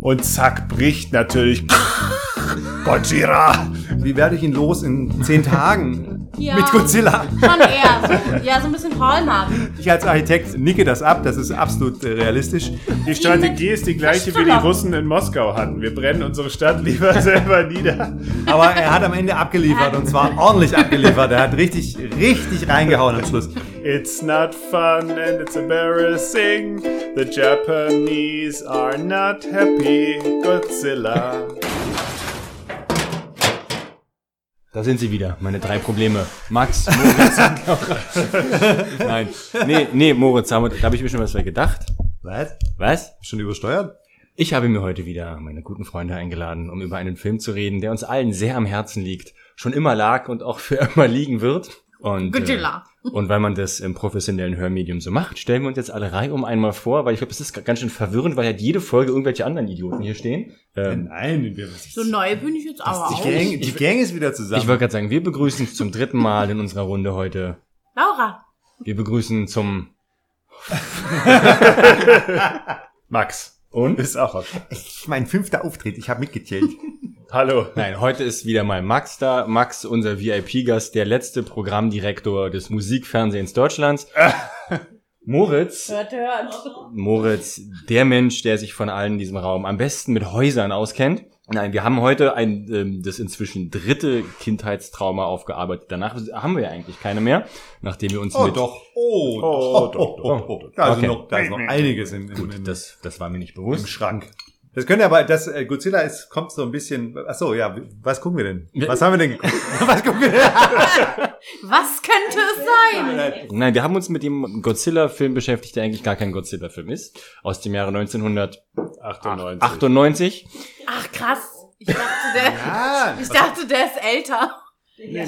Und zack, bricht natürlich Godzilla. Wie werde ich ihn los in 10 Tagen? Ja, Mit Godzilla. Schon eher. So ein bisschen Hallmark. Ich als Architekt nicke das ab, das ist absolut realistisch. Die Strategie ist die gleiche, wie die Russen in Moskau hatten. Wir brennen unsere Stadt lieber selber nieder. Aber er hat am Ende abgeliefert und zwar ordentlich abgeliefert. Er hat richtig reingehauen am Schluss. It's not fun and it's embarrassing. The Japanese are not happy. Godzilla. Da sind sie wieder, meine 3 Probleme. Max, Moritz. Nein. Nee, Moritz, da habe ich mir schon was bei gedacht. Was? Schon übersteuert? Ich habe mir heute wieder meine guten Freunde eingeladen, um über einen Film zu reden, der uns allen sehr am Herzen liegt, schon immer lag und auch für immer liegen wird. Und weil man das im professionellen Hörmedium so macht, stellen wir uns jetzt alle reihum einmal vor, weil ich glaube, das ist ganz schön verwirrend, weil halt jede Folge irgendwelche anderen Idioten hier stehen. Nein, so neu bin ich jetzt aber auch. Die Gang ist wieder zusammen. Ich wollte gerade sagen, wir begrüßen zum 3. Mal in unserer Runde heute Laura. Wir begrüßen zum Max. Und? Ist auch okay. Mein 5. Auftritt, ich habe mitgezählt. Hallo. Nein, heute ist wieder mal Max da. Max, unser VIP-Gast, der letzte Programmdirektor des Musikfernsehens Deutschlands. Moritz. Hört. Moritz, der Mensch, der sich von allen in diesem Raum am besten mit Häusern auskennt. Nein, wir haben heute das inzwischen 3. Kindheitstrauma aufgearbeitet. Danach haben wir ja eigentlich keine mehr, nachdem wir uns Doch. Da ist noch einiges Gut, das war mir nicht bewusst. Im Schrank. Das könnte aber, Godzilla kommt so ein bisschen, achso, ja, was gucken wir denn? Was haben wir denn geguckt? Was gucken wir denn? Was könnte es sein? Nein, wir haben uns mit dem Godzilla-Film beschäftigt, der eigentlich gar kein Godzilla-Film ist. Aus dem Jahre 1998. Ach, krass. Ich dachte, der ist älter. Ich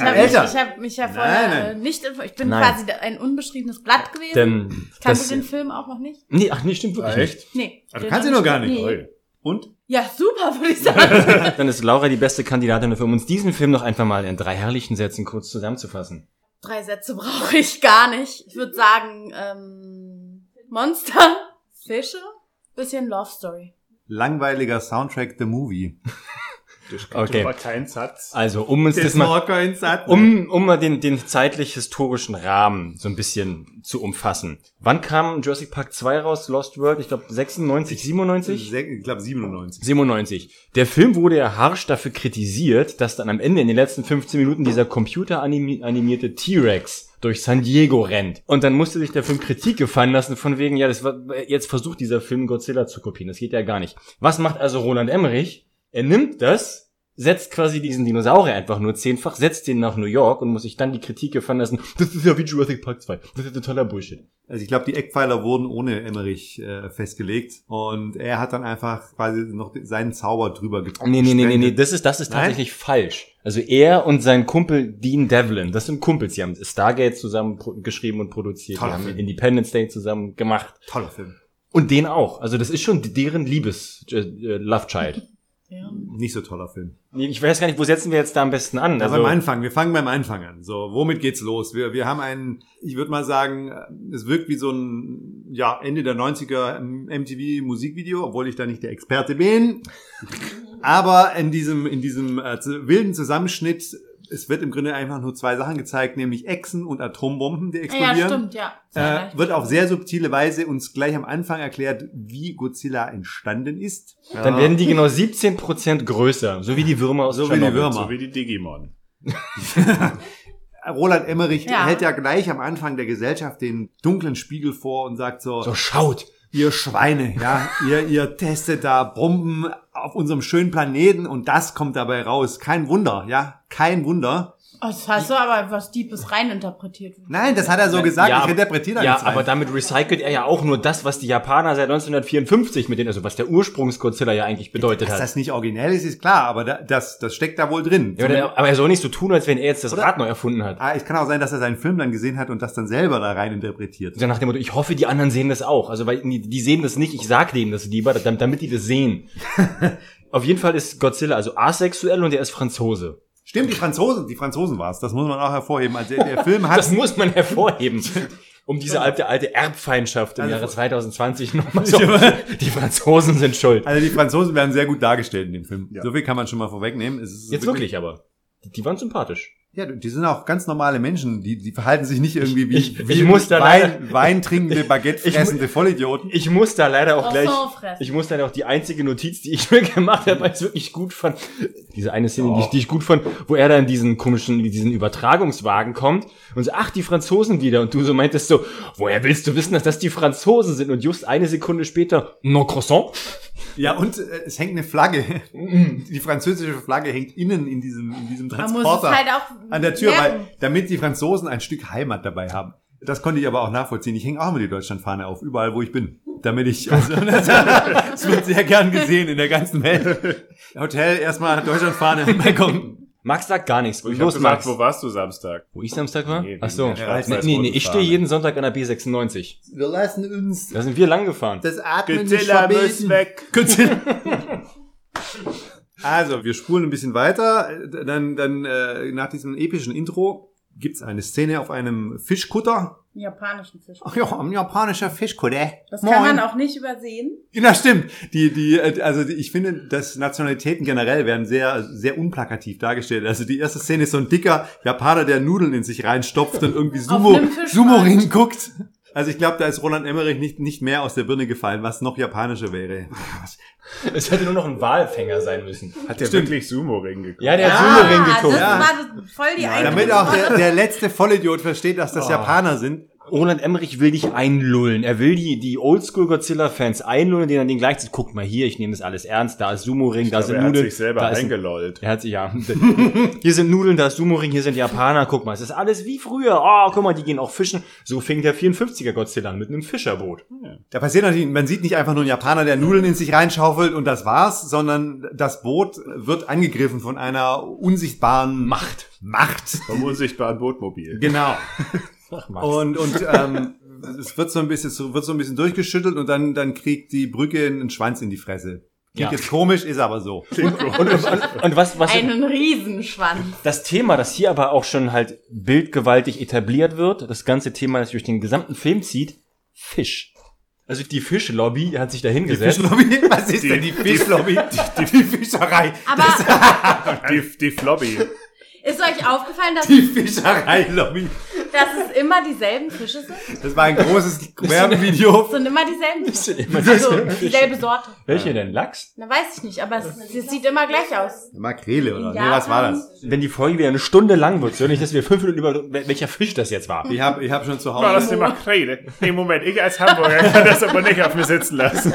bin quasi ein unbeschriebenes Blatt gewesen. Ich kannte den Film auch noch nicht. Nee, stimmt wirklich nicht. Nee. Du kannst ihn noch gar nicht. Nee. Und? Ja, super, würde ich sagen. Dann ist Laura die beste Kandidatin dafür, um uns diesen Film noch einfach mal in 3 herrlichen Sätzen kurz zusammenzufassen. 3 Sätze brauche ich gar nicht. Ich würde sagen, Monster, Fische, bisschen Love Story. Langweiliger Soundtrack, The Movie. Okay. Kein Satz. Also, um uns das mal, um mal den zeitlich-historischen Rahmen so ein bisschen zu umfassen. Wann kam Jurassic Park 2 raus, Lost World? Ich glaube 96, 97? Ich glaube 97. 97. Der Film wurde ja harsch dafür kritisiert, dass dann am Ende in den letzten 15 Minuten dieser computeranimierte T-Rex durch San Diego rennt. Und dann musste sich der Film Kritik gefallen lassen von wegen, jetzt versucht dieser Film Godzilla zu kopieren. Das geht ja gar nicht. Was macht also Roland Emmerich? Er nimmt das, setzt quasi diesen Dinosaurier einfach nur 10-fach, setzt den nach New York und muss sich dann die Kritik gefallen lassen, das ist ja wie Jurassic Park 2. Das ist totaler Bullshit. Also ich glaube, die Eckpfeiler wurden ohne Emmerich festgelegt und er hat dann einfach quasi noch seinen Zauber drüber getroffen. Nee, das ist tatsächlich falsch. Also er und sein Kumpel Dean Devlin, das sind Kumpels, die haben Stargate zusammen geschrieben und produziert, die haben Independence Day zusammen gemacht. Toller Film. Und den auch. Also das ist schon deren Love Child. Ja. Nicht so toller Film. Ich weiß gar nicht, wo setzen wir jetzt da am besten an? Also beim Anfang. Wir fangen beim Anfang an. So, womit geht's los? Wir haben ich würde mal sagen, es wirkt wie so ein, Ende der 90er MTV Musikvideo, obwohl ich da nicht der Experte bin. Aber in diesem wilden Zusammenschnitt, es wird im Grunde einfach nur 2 Sachen gezeigt, nämlich Echsen und Atombomben, die explodieren. Ja, stimmt, ja. Wird auf sehr subtile Weise uns gleich am Anfang erklärt, wie Godzilla entstanden ist. Dann werden die genau 17% größer, so wie die Würmer aus Tschernobyl. So wie die Digimon. Roland Emmerich hält ja gleich am Anfang der Gesellschaft den dunklen Spiegel vor und sagt so schaut, ihr Schweine, ihr testet da Bomben auf unserem schönen Planeten und das kommt dabei raus. Kein Wunder, kein Wunder. Das hast du aber was Deepes reininterpretiert. Nein, das hat er so gesagt, ich interpretiere da nichts rein. Aber damit recycelt er ja auch nur das, was die Japaner seit 1954 mit denen, also was der Ursprungs-Godzilla ja eigentlich bedeutet hat. Dass das nicht originell ist klar, aber das steckt da wohl drin. Ja, aber er soll nicht so tun, als wenn er jetzt das Rad neu erfunden hat. Es kann auch sein, dass er seinen Film dann gesehen hat und das dann selber da rein interpretiert. Ja, nach dem Motto, ich hoffe, die anderen sehen das auch. Also, weil die sehen das nicht, ich sag denen das lieber, damit die das sehen. Auf jeden Fall ist Godzilla also asexuell und er ist Franzose. Stimmt, die Franzosen waren es. Das muss man auch hervorheben. Also der Film hat. Das muss man hervorheben. Um diese alte Erbfeindschaft im Also Jahre 2020 nochmal so. Die Franzosen sind schuld. Also die Franzosen werden sehr gut dargestellt in dem Film. Ja. So viel kann man schon mal vorwegnehmen. Es ist Jetzt wirklich aber. Die waren sympathisch. Ja, die sind auch ganz normale Menschen. Die verhalten sich nicht irgendwie Ich muss da leider- Wein trinkende, Baguette fressende Vollidioten. Ich muss da leider auch gleich, Croissant fressen. ich muss leider auch die einzige Notiz, die ich mir gemacht habe, weil ich es wirklich gut fand, diese eine Szene, die ich gut fand, wo er da in diesen diesen Übertragungswagen kommt und so, ach, die Franzosen wieder, und du so meintest so, woher willst du wissen, dass das die Franzosen sind? Und just eine Sekunde später, non croissant. Ja, und es hängt eine Flagge. Die französische Flagge hängt innen in diesem Man muss es Transporter halt auch an der Tür, weil, merken. damit die Franzosen ein Stück Heimat dabei haben. Das konnte ich aber auch nachvollziehen. Ich hänge auch immer die Deutschlandfahne auf, überall wo ich bin. Damit ich, also, das wird sehr gern gesehen in der ganzen Welt. Hotel, erstmal Deutschlandfahne am Balkon. Max sagt gar nichts. Ich hab Los, gesagt, Max. wo warst du Samstag? Wo ich Samstag war? Nee, Ach so. wegen der schwarz-weiß-roten Nee, ich stehe Fahne. jeden Sonntag an der B96. Wir lassen uns Da sind wir lang gefahren. das Atmen nicht Godzilla muss verbieten. weg. Also, wir spulen ein bisschen weiter. Dann nach diesem epischen Intro gibt's eine Szene auf einem Fischkutter. Japanischen Fisch. Ach ja, ein japanischer Fischkutter. Das kann man auch nicht übersehen. Ja, stimmt. Ich finde, dass Nationalitäten generell werden sehr, sehr unplakativ dargestellt. Also die erste Szene ist so ein dicker Japaner, der Nudeln in sich reinstopft und irgendwie einem Fischmarkt. Sumo-Ring guckt. Also ich glaube, da ist Roland Emmerich nicht mehr aus der Birne gefallen, was noch japanischer wäre. Es hätte nur noch ein Walfänger sein müssen. Hat der wirklich Sumo-Ring geguckt? Ja, der hat Sumo-Ring geguckt. Das Ja. war voll die Damit auch der letzte Vollidiot versteht, dass das Japaner sind. Roland Emmerich will dich einlullen. Er will die Oldschool-Godzilla-Fans einlullen, denen dann den gleich sagt, guck mal hier, ich nehme das alles ernst, da ist Sumo-Ring, da Aber sind er hat Nudeln. sich selber da ist eingelollt. Er hat sich, ja. Hier sind Nudeln, da ist Sumo-Ring, hier sind Japaner, guck mal, es ist alles wie früher. Oh, guck mal, die gehen auch fischen. So fing der 54er Godzilla an mit einem Fischerboot. Da passiert natürlich, man sieht nicht einfach nur einen Japaner, der Nudeln in sich reinschaufelt und das war's, sondern das Boot wird angegriffen von einer unsichtbaren Macht. Vom unsichtbaren Bootmobil. Genau. Ach, Max. Und es wird so ein bisschen durchgeschüttelt und dann kriegt die Brücke einen Schwanz in die Fresse. Klingt Ja. jetzt komisch, ist aber so. Und was einen Riesenschwanz. das Thema, das hier aber auch schon halt bildgewaltig etabliert wird, das ganze Thema, das sich durch den gesamten Film zieht, Fisch. Also die Fischlobby hat sich da hingesetzt. Fischlobby? Was ist denn die Fischlobby? Die Fischerei. Aber Die Flobby. ist euch aufgefallen, dass Die Fischerei-Lobby. es immer dieselben Fische sind? Das war ein großes Werbevideo. Es sind immer dieselben Fische. immer Also dieselbe Sorte. Welche denn? Lachs? Na, weiß ich nicht, aber es sieht immer gleich aus. Makrele oder? Ja. Nee, was war das? Wenn die Folge wieder eine Stunde lang wird, so nicht, dass wir 5 Minuten über welcher Fisch das jetzt war. Ich hab schon zu War das Hause. eine Makrele? Nee, Moment, ich als Hamburger kann das aber nicht auf mir sitzen lassen.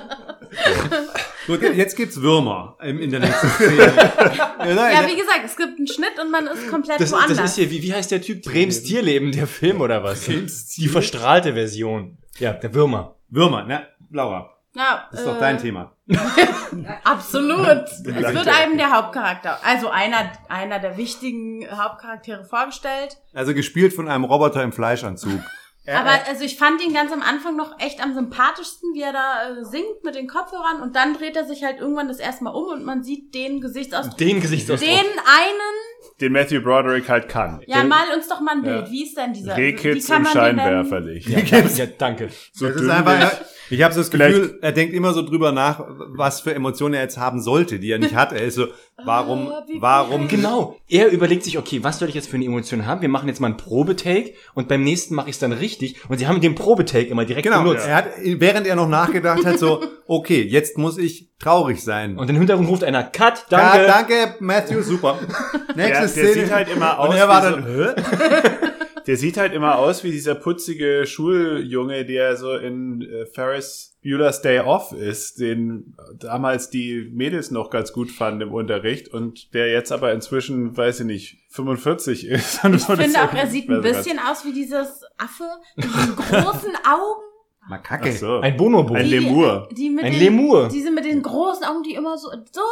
Gut, jetzt gibt's Würmer in der nächsten Szene. Ja, wie gesagt, es gibt einen Schnitt und man ist komplett Das woanders. ist hier, wie heißt der Typ? Brems Tierleben, der Film oder was? Die verstrahlte Version. Ja, der Würmer. Würmer, ne? Laura, ja, das ist doch dein Thema. Absolut. Es wird einem der Hauptcharakter, also einer der wichtigen Hauptcharaktere vorgestellt. Also gespielt von einem Roboter im Fleischanzug. Aber also ich fand ihn ganz am Anfang noch echt am sympathischsten, wie er da singt mit den Kopfhörern und dann dreht er sich halt irgendwann das erste Mal um und man sieht den Gesichtsausdruck. Den Gesichtsausdruck. Den einen, Den Matthew Broderick halt kann. ja, mal uns doch mal ein Bild. Wie ist denn dieser? Rehkitz wie kann im man den denn- Scheinwerferlicht. Ja, danke. So Das ist dünn einfach, wie- ich habe so das Vielleicht- Gefühl, er denkt immer so drüber nach, was für Emotionen er jetzt haben sollte, die er nicht hat. Er ist so, warum, Genau. Er überlegt sich, okay, was soll ich jetzt für eine Emotion haben? Wir machen jetzt mal einen Probetake und beim nächsten mache ich es dann richtig. Und sie haben den Probetake immer direkt Genau, benutzt. er hat, während er noch nachgedacht hat, so, okay, jetzt muss ich traurig sein. Und im Hintergrund ruft einer, Cut, danke. Ja, danke, Matthew, super. Nächste Der Szene. sieht halt immer aus Und er war wie dann, Der sieht halt immer aus wie dieser putzige Schuljunge, der so in Ferris Bueller's Day Off ist, den damals die Mädels noch ganz gut fanden im Unterricht und der jetzt aber inzwischen, weiß ich nicht, 45 ist. Ich finde auch, er sieht ein bisschen aus wie dieses Affe mit diesen großen Augen. Makake. Ach so. Ein Bonobo. Ein Lemur. Die mit Ein den, Lemur. Diese mit den großen Augen, die immer so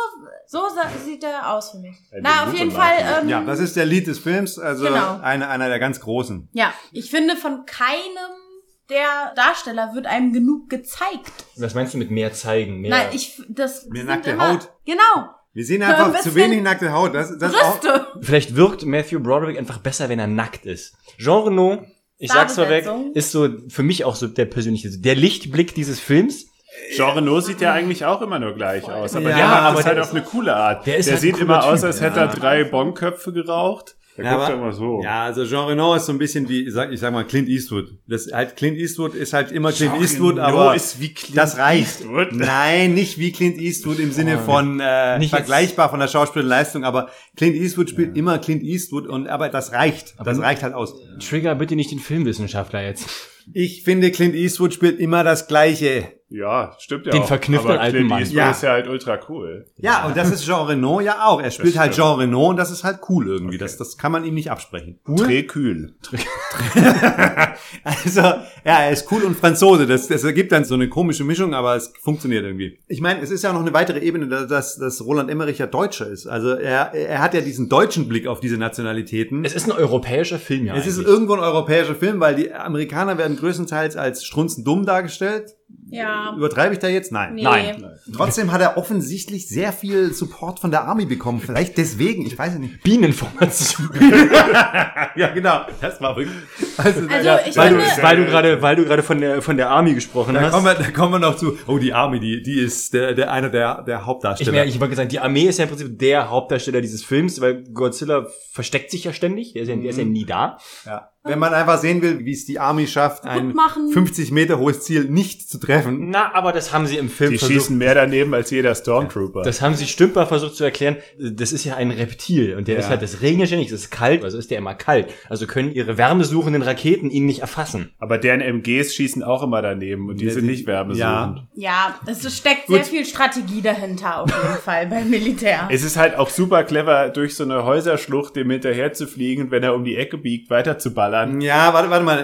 sieht er aus für mich. Ein Na, auf jeden Fall. Ja, das ist der Lied des Films, also Genau. einer der ganz großen. Ja, ich finde, von keinem der Darsteller wird einem genug gezeigt. Was meinst du mit mehr zeigen? Mehr? Nein, Mehr sind nackte immer, Haut. Genau. Wir sehen Ein einfach bisschen zu wenig nackte Haut. Das auch, Brüste. Vielleicht wirkt Matthew Broderick einfach besser, wenn er nackt ist. Jean Reno Ich sag's vorweg, Starbesetzung. ist so für mich auch so der persönliche, der Lichtblick dieses Films. Jean Reno sieht ja eigentlich auch immer nur gleich aus. Aber Ja, der macht aber das der halt ist- auf eine coole Art. der ist halt ein sieht cooler immer aus, Typ. als hätte er 3 Bonköpfe geraucht. Der Ja, guckt aber- ja immer so. Ja, also Jean Reno ist so ein bisschen wie, ich sag mal, Clint Eastwood. Clint Eastwood ist halt immer Clint Jean Eastwood, Reno aber ist wie Clint das reicht. Eastwood. Nein, nicht wie Clint Eastwood im Sinne von Nicht vergleichbar von der Schauspielleistung, aber Clint Eastwood spielt immer Clint Eastwood aber das reicht. Das reicht halt aus. Trigger bitte nicht den Filmwissenschaftler jetzt. Ich finde, Clint Eastwood spielt immer das Gleiche. Ja, stimmt ja Den auch. verkniffenen aber alten Clint Mann. Eastwood Ja. ist ja halt ultra cool. Ja, und das ist Jean Reno ja auch. Er spielt halt stimmt. Jean Reno und das ist halt cool irgendwie. Das kann man ihm nicht absprechen. Très kühl. Also, ja, er ist cool und Franzose. Das ergibt dann so eine komische Mischung, aber es funktioniert irgendwie. Ich meine, es ist ja noch eine weitere Ebene, dass Roland Emmerich ja Deutscher ist. Also er hat ja diesen deutschen Blick auf diese Nationalitäten. Es ist ein europäischer Film, ja. Es ist eigentlich. irgendwo ein europäischer Film, weil die Amerikaner werden größtenteils als strunzendumm dargestellt. Ja. Übertreibe ich da jetzt? Nein. Nee. Nein. Trotzdem hat er offensichtlich sehr viel Support von der Army bekommen. Vielleicht deswegen, ich weiß es nicht. Bienenformation. Ja, genau. Das war wirklich. Also, Also ich weil finde, du gerade von der Army gesprochen hast. da kommen wir noch zu. Oh, die Army, die ist einer der Hauptdarsteller. Ich wollte sagen, die Armee ist ja im Prinzip der Hauptdarsteller dieses Films, weil Godzilla versteckt sich ja ständig. Der ist ja nie da. Ja. Wenn man einfach sehen will, wie es die Army schafft, ein machen. 50 Meter hohes Ziel nicht zu treffen. Na, aber das haben sie im Film Die versucht. schießen mehr daneben als jeder Stormtrooper. Das haben sie stümper versucht zu erklären. Das ist ja ein Reptil und der ist halt, das regnet ständig, es ist kalt, also ist der immer kalt. Also können ihre wärmesuchenden Raketen ihn nicht erfassen. Aber deren MGs schießen auch immer daneben und die sind nicht wärmesuchend. ja, es steckt sehr viel Strategie dahinter auf jeden Fall beim Militär. Es ist halt auch super clever, durch so eine Häuserschlucht dem hinterher zu fliegen, wenn er um die Ecke biegt, weiter zu ballern. Ja, warte mal,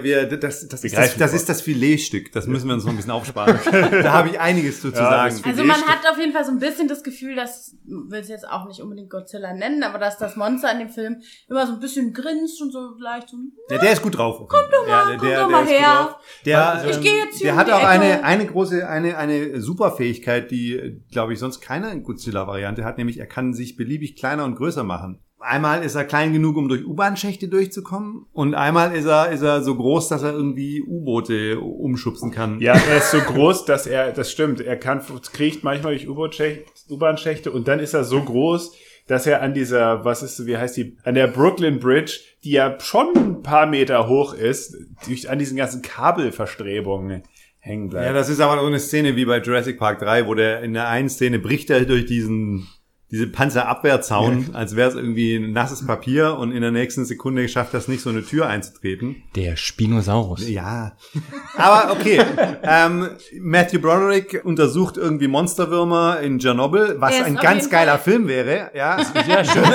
das ist das Filetstück. Das müssen wir uns noch ein bisschen aufsparen. Da habe ich einiges zu sagen. Also man hat auf jeden Fall so ein bisschen das Gefühl, dass, will es jetzt auch nicht unbedingt Godzilla nennen, aber dass das Monster in dem Film immer so ein bisschen grinst und so leicht so, Der ist gut drauf. Komm doch mal, komm doch mal her. Ich gehe jetzt hier Der um hat die auch Ecke. eine große, eine Superfähigkeit, die, glaube ich, sonst keine Godzilla-Variante hat, nämlich er kann sich beliebig kleiner und größer machen. Einmal ist er klein genug, um durch U-Bahn-Schächte durchzukommen, und einmal ist er so groß, dass er irgendwie U-Boote umschubsen kann. Ja, er ist so groß, dass das stimmt, kriegt manchmal durch U-Bahn-Schächte und dann ist er so groß, dass er an dieser, an der Brooklyn Bridge, die ja schon ein paar Meter hoch ist, an diesen ganzen Kabelverstrebungen hängen bleibt. Ja, das ist aber so eine Szene wie bei Jurassic Park 3, wo der in der einen Szene bricht er durch diese Panzerabwehrzaun, als wäre es irgendwie ein nasses Papier, und in der nächsten Sekunde schafft das nicht, so eine Tür einzutreten. Der Spinosaurus. Ja, aber okay. Matthew Broderick untersucht irgendwie Monsterwürmer in Tschernobyl, was Der ist ein auf ganz jeden geiler Fall- Film wäre. Ja, Ja, schön.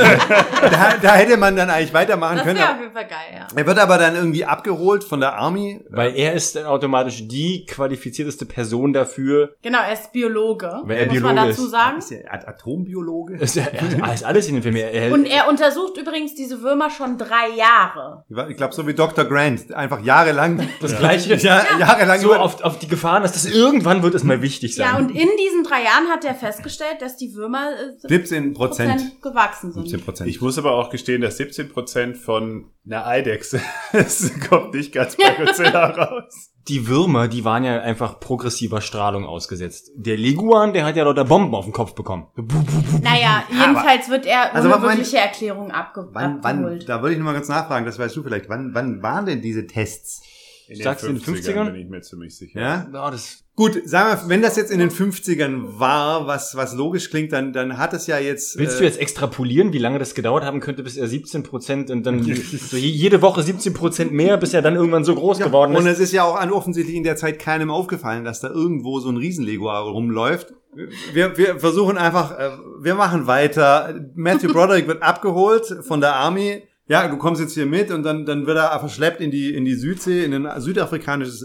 da hätte man dann eigentlich weitermachen Das können. wäre auf jeden Fall geil, ja. Er wird aber dann irgendwie abgeholt von der Army. Weil er ist dann automatisch die qualifizierteste Person dafür. Genau, er ist Biologe, Weil er muss man Biologe dazu ist. sagen. Ist er Atombiologe? Er ist alles in dem Film. Und er untersucht übrigens diese Würmer schon 3 Jahre. Ich glaube, so wie Dr. Grant. Einfach jahrelang. das Gleiche. Ja, jahrelang. So auf die Gefahren, dass das irgendwann wird es mal wichtig sein. Ja, und in diesen 3 Jahren hat er festgestellt, dass die Würmer 17% gewachsen sind. 17%. Ich muss aber auch gestehen, dass 17% von einer Eidechse, das kommt nicht ganz bei Godzilla raus. Die Würmer, die waren ja einfach progressiver Strahlung ausgesetzt. Der Leguan, der hat ja lauter Bomben auf den Kopf bekommen. Naja, jedenfalls wird er Also, ohne aber mein- wirkliche Erklärung Wann, abgeholt. da würde ich noch mal ganz nachfragen, das weißt du vielleicht. Wann waren denn diese Tests? Sagst du in den 50ern? Bin ich mir ziemlich sicher. Ja? Ja, das Gut, sagen wir, wenn das jetzt in den 50ern war, was logisch klingt, dann hat es ja jetzt... willst du jetzt extrapolieren, wie lange das gedauert haben könnte, bis er 17% und dann so jede Woche 17% mehr, bis er dann irgendwann so groß geworden ist? Und es ist ja auch offensichtlich in der Zeit keinem aufgefallen, dass da irgendwo so ein Riesen-Leguar rumläuft. Wir versuchen einfach, wir machen weiter. Matthew Broderick wird abgeholt von der Army. Ja, du kommst jetzt hier mit, und dann wird er verschleppt in die Südsee, in ein südamerikanisches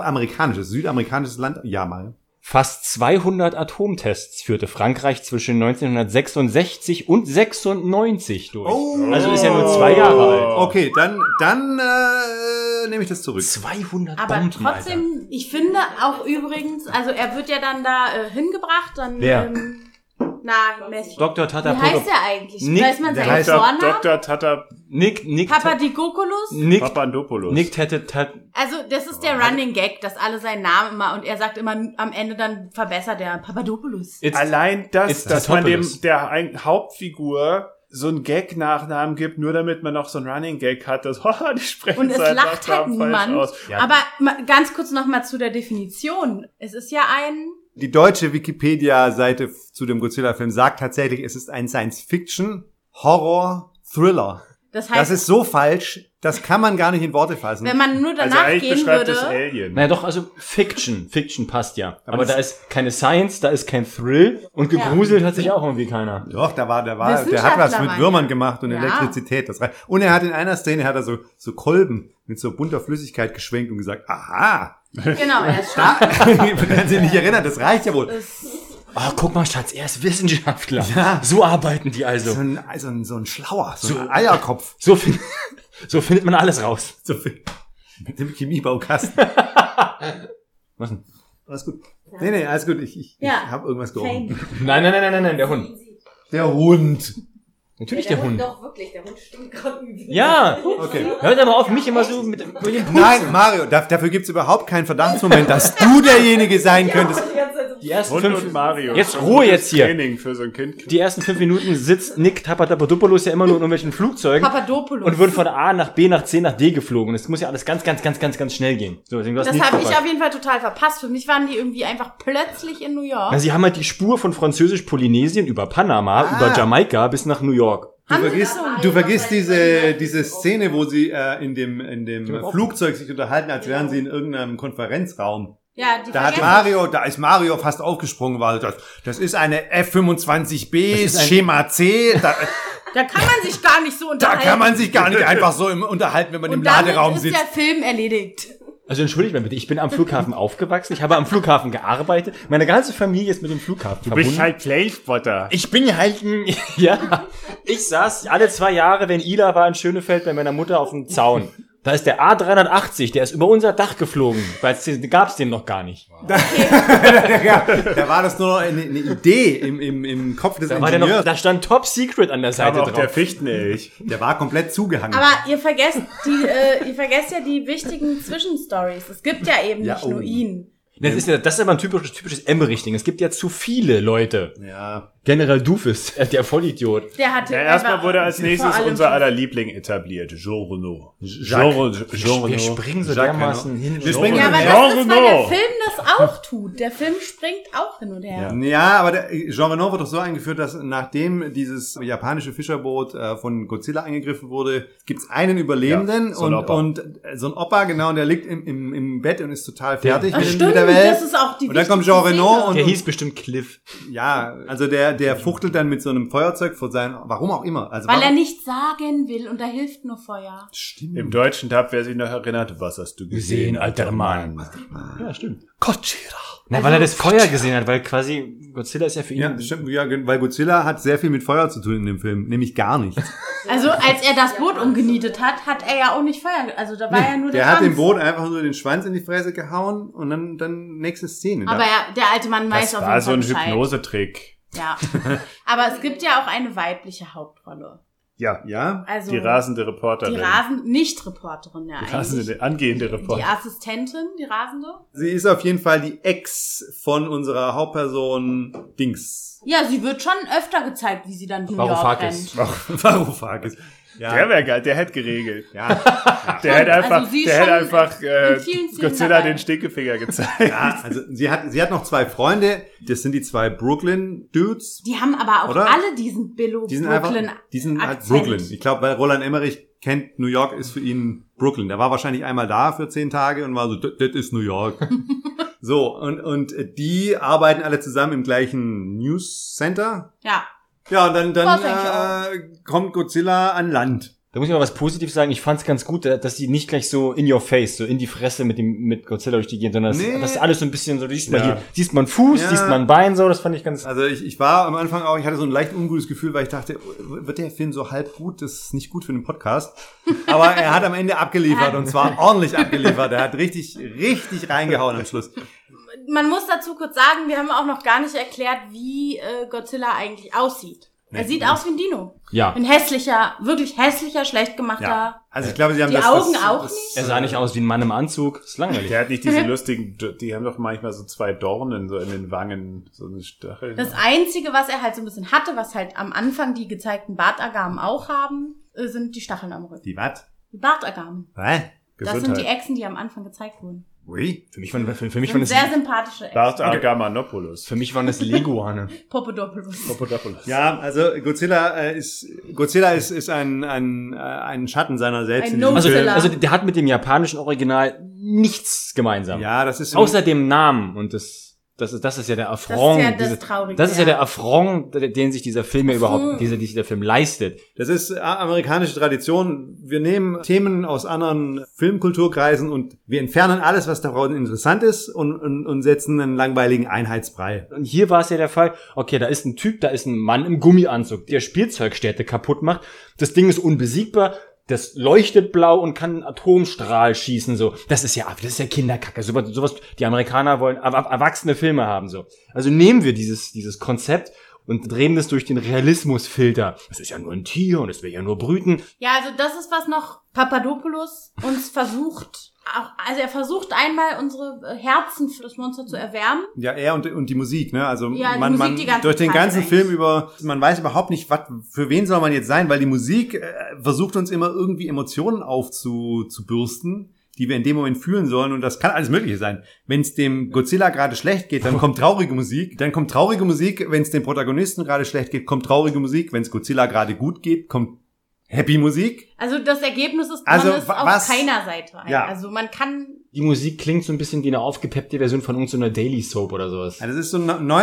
Land. Ja, mal. Fast 200 Atomtests führte Frankreich zwischen 1966 und 96 durch. Also ist ja nur 2 Jahre alt. Okay, dann nehme ich das zurück. 200 Aber Bomben, trotzdem, ich finde auch übrigens, also er wird ja dann da hingebracht, dann Wer? Na, Messi. Dr. Tata Wie heißt der eigentlich? Nick- Weiß man Der seinen heißt Vornamen? Dr. Tata Nick Papadopoulos? Papandopoulos. Nick Tat. Also, das ist der Running Gag, dass alle seinen Namen immer, und er sagt immer am Ende, dann verbessert er Papadopoulos. Allein das, It's dass man Tatopoulos. der Hauptfigur so einen Gag-Nachnamen gibt, nur damit man noch so einen Running-Gag hat, dass die sprechen Und es seinen lacht halt Nachnamen falsch niemand. aus. Ja. Aber ganz kurz nochmal zu der Definition. Es ist ja ein... Die deutsche Wikipedia-Seite zu dem Godzilla-Film sagt tatsächlich, es ist ein Science-Fiction-Horror-Thriller. Das heißt, Das ist so falsch, das kann man gar nicht in Worte fassen. wenn man nur Also danach eigentlich gehen beschreibt würde... es Alien. Naja, doch, also Fiction. Fiction passt ja. Aber das- da ist keine Science, da ist kein Thrill und gegruselt hat sich auch irgendwie keiner. Doch, der hat was Wissenschaftler mit waren Würmern ja. gemacht und Ja. Elektrizität. Das reicht. Und er hat in einer Szene so Kolben mit so bunter Flüssigkeit geschwenkt und gesagt, aha, Genau, er ist da, wenn Sie nicht erinnern, das reicht ja wohl. Oh, guck mal, Schatz, er ist Wissenschaftler. Ja. So arbeiten die also. So ein Schlauer, so ein Eierkopf. So findet man alles raus. So viel. Mit dem Chemiebaukasten. Was denn? Alles gut. Nee, alles gut. Ich Ja. habe irgendwas gehoben. Nein, der Hund. Der Hund. Natürlich der Hund. Doch, wirklich, der Hund stinkt gerade übel. Ja, Okay. hört aber auf, mich immer so mit dem Putzen. Nein, Mario, dafür gibt's überhaupt keinen Verdachtsmoment, dass du derjenige sein könntest. Die ersten Hund 5 und Mario. Jetzt Ruhe jetzt hier. Training für so ein Kind. Die ersten 5 Minuten sitzt Nick Papadopoulos ja immer nur in irgendwelchen Flugzeugen Papadopoulos. und wird von A nach B nach C nach D geflogen. Das muss ja alles ganz schnell gehen. So, deswegen du hast Das nicht habe ich verpasst. auf jeden Fall total verpasst. Für mich waren die irgendwie einfach plötzlich in New York. Na, sie haben halt die Spur von Französisch-Polynesien über Panama, über Jamaika bis nach New York. Du vergisst diese Szene, wo sie in dem Flugzeug sich unterhalten, als wären sie in irgendeinem Konferenzraum. Ja, die Da ist Mario fast aufgesprungen, weil das ist eine F-25B, Schema C, Da kann man sich gar nicht so da unterhalten. kann man sich gar nicht einfach so unterhalten, wenn man im Und damit Laderaum ist sitzt. der Film erledigt. Also entschuldigt mal bitte, ich bin am Flughafen aufgewachsen, ich habe am Flughafen gearbeitet, meine ganze Familie ist mit dem Flughafen Du bist verbunden. halt Planespotter. Ich bin halt ja, ich saß alle 2 Jahre, wenn Ida war in Schönefeld bei meiner Mutter auf dem Zaun. Da ist der A380, der ist über unser Dach geflogen, weil es gab's den noch gar nicht. Da war das nur eine Idee im Kopf des Da war der noch, Ingenieurs. da stand Top Secret an der Seite Aber auch drauf. der Fichtenelch. Der war komplett zugehangen. Aber ihr vergesst ja die wichtigen Zwischenstories. Es gibt ja eben Ja, nicht nur oh. ihn. Das ist aber ein typisches Emmerich-Ding. Es gibt ja zu viele Leute. Ja. General Doofus, der Vollidiot. Der hatte Ja, erstmal wurde als vor nächstes allem- unser aller Liebling etabliert. Jean Reno. Wir springen so Jacques dermaßen hin. Wir springen Ja, aber Jean das ist, weil der Reno. Film das auch tut. Der Film springt auch hin und her. Ja, aber Jean Reno wird doch so eingeführt, dass nachdem dieses japanische Fischerboot von Godzilla angegriffen wurde, gibt's einen Überlebenden Ja, so ein Opa. und so ein Opa, genau, und der liegt im Bett und ist total fertig Ach, mit stimmt, der Welt. das ist auch die Und dann kommt wichtigste Jean Reno Szene. und Der hieß bestimmt Cliff. ja, also der fuchtelt dann mit so einem Feuerzeug vor seinem, warum auch immer. Also Weil er warum- nichts sagen will und da hilft nur Feuer. Stimmt. Im deutschen Dub, wer sich noch erinnert, was hast du gesehen, alter Mann. Ja, stimmt. Godzilla. Na, weil er das Feuer gesehen hat, weil quasi Godzilla ist ja für ihn. Ja, stimmt, ja, weil Godzilla hat sehr viel mit Feuer zu tun in dem Film, nämlich gar nichts. Also als er das Boot umgenietet hat, hat er ja auch nicht Feuer. Also da war ja nur der Der hat dem Schwanz. Boot einfach nur den Schwanz in die Fresse gehauen und dann nächste Szene. Aber ja, der alte Mann weiß Das auf war jeden so Fall ein Bescheid. Hypnosetrick. Ja. Aber es gibt ja auch eine weibliche Hauptrolle. Ja, Ja? Also die rasende Reporterin. die Nicht-Reporterin, ja eigentlich. rasende, angehende Die Reporterin. Assistentin, die Rasende. Sie ist auf jeden Fall die Ex von unserer Hauptperson Dings. Ja, sie wird schon öfter gezeigt, wie sie dann New York Varoufakis. rennt. Varoufakis. Ja. Der wäre geil, der hätte geregelt. Ja. Der hätte einfach, Also sie ist der hätte schon einfach in vielen Szenen Godzilla dabei. den Stinkefinger gezeigt. Ja, also sie hat noch 2 Freunde, das sind die 2 Brooklyn-Dudes. Die haben aber auch Oder? alle diesen Billo Die sind Brooklyn einfach, die sind halt Akzent. Brooklyn. Ich glaube, weil Roland Emmerich kennt New York ist für ihn Brooklyn. Der war wahrscheinlich einmal da für 10 Tage und war so, das ist New York. So, und die arbeiten alle zusammen im gleichen News Center. Ja. Ja, und Das denke ich kommt Godzilla an Land. Da muss ich mal was Positives sagen. Ich fand's ganz gut, dass die nicht gleich so in your face, so in die Fresse mit Godzilla durch die gehen, sondern das ist alles so ein bisschen so, du siehst mal Ja. hier, siehst man Fuß, Ja. siehst man Bein, so, das fand ich ganz, Also ich war am Anfang auch, ich hatte so ein leicht ungutes Gefühl, weil ich dachte, wird der Film so halb gut? Das ist nicht gut für den Podcast. Aber er hat am Ende abgeliefert und zwar ordentlich abgeliefert. Er hat richtig reingehauen am Schluss. man muss dazu kurz sagen, wir haben auch noch gar nicht erklärt, wie Godzilla eigentlich aussieht. Er sieht aus wie ein Dino. Ja. Ein hässlicher, wirklich hässlicher, schlecht gemachter. Ja. Also ich glaube, sie haben die Augen auch nicht. Er sah nicht aus wie ein Mann im Anzug. Ist langweilig. Der hat nicht diese lustigen, die haben doch manchmal so 2 Dornen so in den Wangen, so eine Stachel. Das Einzige, was er halt so ein bisschen hatte, was halt am Anfang die gezeigten Bartagamen auch haben, sind die Stacheln am Rücken. Die was? Die Bartagamen. Was? Das sind die Echsen, die am Anfang gezeigt wurden. Ui. Für mich waren Das das sind sehr sympathische Echsen. Bart Agamanopoulos. Für mich waren das Leguane. Popodopoulos. Ja, also Godzilla ist ein Schatten seiner selbst. Ein in diesem Also, Film. Godzilla. der hat mit dem japanischen Original nichts gemeinsam. Ja, das ist Außer dem Namen. Und das ist ja der Affront. Das ist ja das Traurige, Das ist ja ja. der Affront, den sich dieser Film ja überhaupt, die sich der Film leistet. Das ist amerikanische Tradition. Wir nehmen Themen aus anderen Filmkulturkreisen und wir entfernen alles, was daran interessant ist und setzen einen langweiligen Einheitsbrei. Und hier war es ja der Fall, okay, da ist ein Typ, da ist ein Mann im Gummianzug, der Spielzeugstädte kaputt macht. Das Ding ist unbesiegbar. Das leuchtet blau und kann einen Atomstrahl schießen, so. Das ist ja Kinderkacke. Sowas, die Amerikaner wollen erwachsene Filme haben, so. Also nehmen wir dieses Konzept und drehen das durch den Realismusfilter. Das ist ja nur ein Tier und es will ja nur brüten. Ja, also das ist, was noch Papadopoulos uns versucht. Also er versucht einmal unsere Herzen für das Monster zu erwärmen. Ja, er und die Musik, ne? Also Ja, die man Musik die ganze durch den Zeit ganzen eigentlich. Film über, man weiß überhaupt nicht, für wen soll man jetzt sein, weil die Musik versucht uns immer irgendwie Emotionen aufzubürsten, die wir in dem Moment fühlen sollen, und das kann alles Mögliche sein. Wenn es dem Godzilla gerade schlecht geht, dann kommt traurige Musik. Dann kommt traurige Musik, wenn es dem Protagonisten gerade schlecht geht, kommt traurige Musik. Wenn es Godzilla gerade gut geht, kommt Happy Musik. Also das Ergebnis ist, Also, man ist was- auf keiner Seite. Ja. Also man kann... Die Musik klingt so ein bisschen wie eine aufgepeppte Version von irgendeiner Daily Soap oder sowas. Ja, das ist so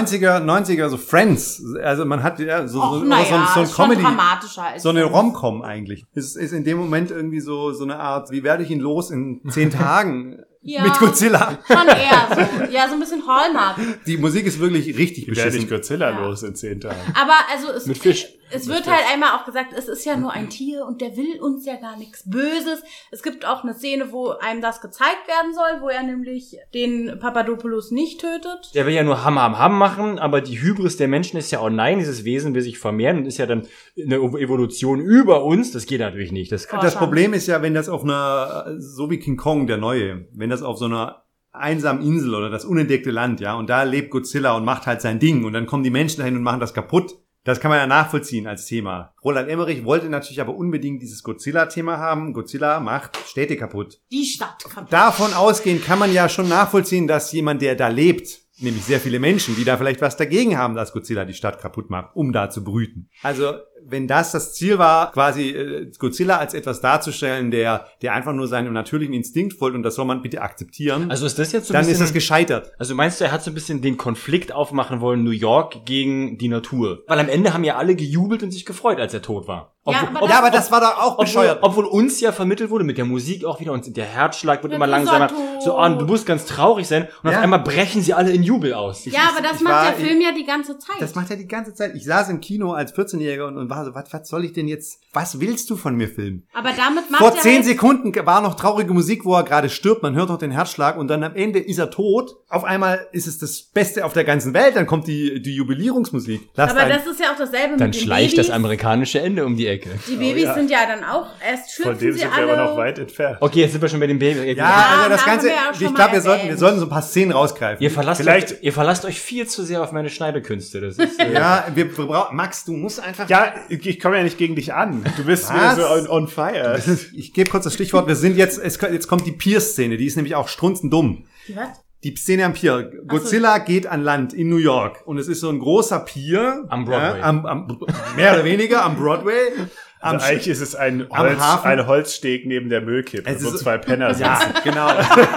90er, so Friends. Also man hat ja so ein ist schon Comedy, dramatischer als so eine sonst. Rom-Com eigentlich. Es ist in dem Moment irgendwie so eine Art, wie werde ich ihn los in 10 Tagen Ja. mit Godzilla. Schon eher so. Ja, so ein bisschen Hallmark. Die Musik ist wirklich richtig Wie werde ich beschissen. Godzilla Ja. los in 10 Tagen? Aber also es, Mit Fisch. es wird halt einmal auch gesagt, es ist ja nur ein Tier und der will uns ja gar nichts Böses. Es gibt auch eine Szene, wo einem das gezeigt werden soll, wo er nämlich den Papadopoulos nicht tötet. Der will ja nur Ham machen, aber die Hybris der Menschen ist ja auch nein, dieses Wesen will sich vermehren und ist ja dann eine Evolution über uns. Das geht natürlich nicht. Das Das Problem ist ja, wenn das auf einer, so wie King Kong, der Neue, wenn das auf so einer einsamen Insel oder das unentdeckte Land, ja, und da lebt Godzilla und macht halt sein Ding und dann kommen die Menschen dahin und machen das kaputt. Das kann man ja nachvollziehen als Thema. Roland Emmerich wollte natürlich aber unbedingt dieses Godzilla-Thema haben. Godzilla macht Städte kaputt. Die Stadt. Davon ausgehend kann man ja schon nachvollziehen, dass jemand, der da lebt, nämlich sehr viele Menschen, die da vielleicht was dagegen haben, dass Godzilla die Stadt kaputt macht, um da zu brüten. Also, wenn das Ziel war, quasi Godzilla als etwas darzustellen, der einfach nur seinem natürlichen Instinkt folgt und das soll man bitte akzeptieren, also ist das jetzt so ein dann bisschen, ist das gescheitert. also meinst du, er hat so ein bisschen den Konflikt aufmachen wollen, New York gegen die Natur? Weil am Ende haben ja alle gejubelt und sich gefreut, als er tot war. Ja, aber das war doch auch bescheuert. Obwohl uns ja vermittelt wurde, mit der Musik auch wieder, und der Herzschlag wird Ja, immer du bist langsamer. tot. So, du musst ganz traurig sein. Und Ja. auf einmal brechen sie alle in Jubel aus. Ja, aber das ich macht war- der Film ja die ganze Zeit. Das macht er die ganze Zeit. Ich saß im Kino als 14-Jähriger und war so, was soll ich denn jetzt, was willst du von mir filmen? Aber damit macht Vor er 10 halt, Sekunden war noch traurige Musik, wo er gerade stirbt, man hört noch den Herzschlag und dann am Ende ist er tot. Auf einmal ist es das Beste auf der ganzen Welt, dann kommt die Jubilierungsmusik. Lasst aber einen- das ist ja auch dasselbe Dann mit den schleicht Babys. das amerikanische Ende um die Ecke. Die Babys ja. sind ja dann auch, erst Von schürzen dem sie sind wir alle. aber noch weit entfernt. Okay, jetzt sind wir schon bei dem Baby. ja, Ja, also das haben Ganze, wir ja schon ich mal glaube, wir erwähnt. sollten so ein paar Szenen rausgreifen. Ihr Vielleicht- verlasst euch viel zu sehr auf meine Schneidekünste. Das ist, Ja, wir brauchen, Max, du musst einfach... Ja, ich komme ja nicht gegen dich an. Du bist wieder Was? so on fire. Ich gebe kurz das Stichwort, wir sind jetzt kommt die Pier-Szene, die ist nämlich auch strunzendumm. Was? Die Szene am Pier. Godzilla geht an Land in New York und es ist so ein großer Pier. Am Broadway. Ja, mehr oder weniger am Broadway. Also eigentlich ist es ein Hafen. ein Holzsteg neben der Müllkippe, Es wo ist- 2 Penner sitzen. Ja, genau.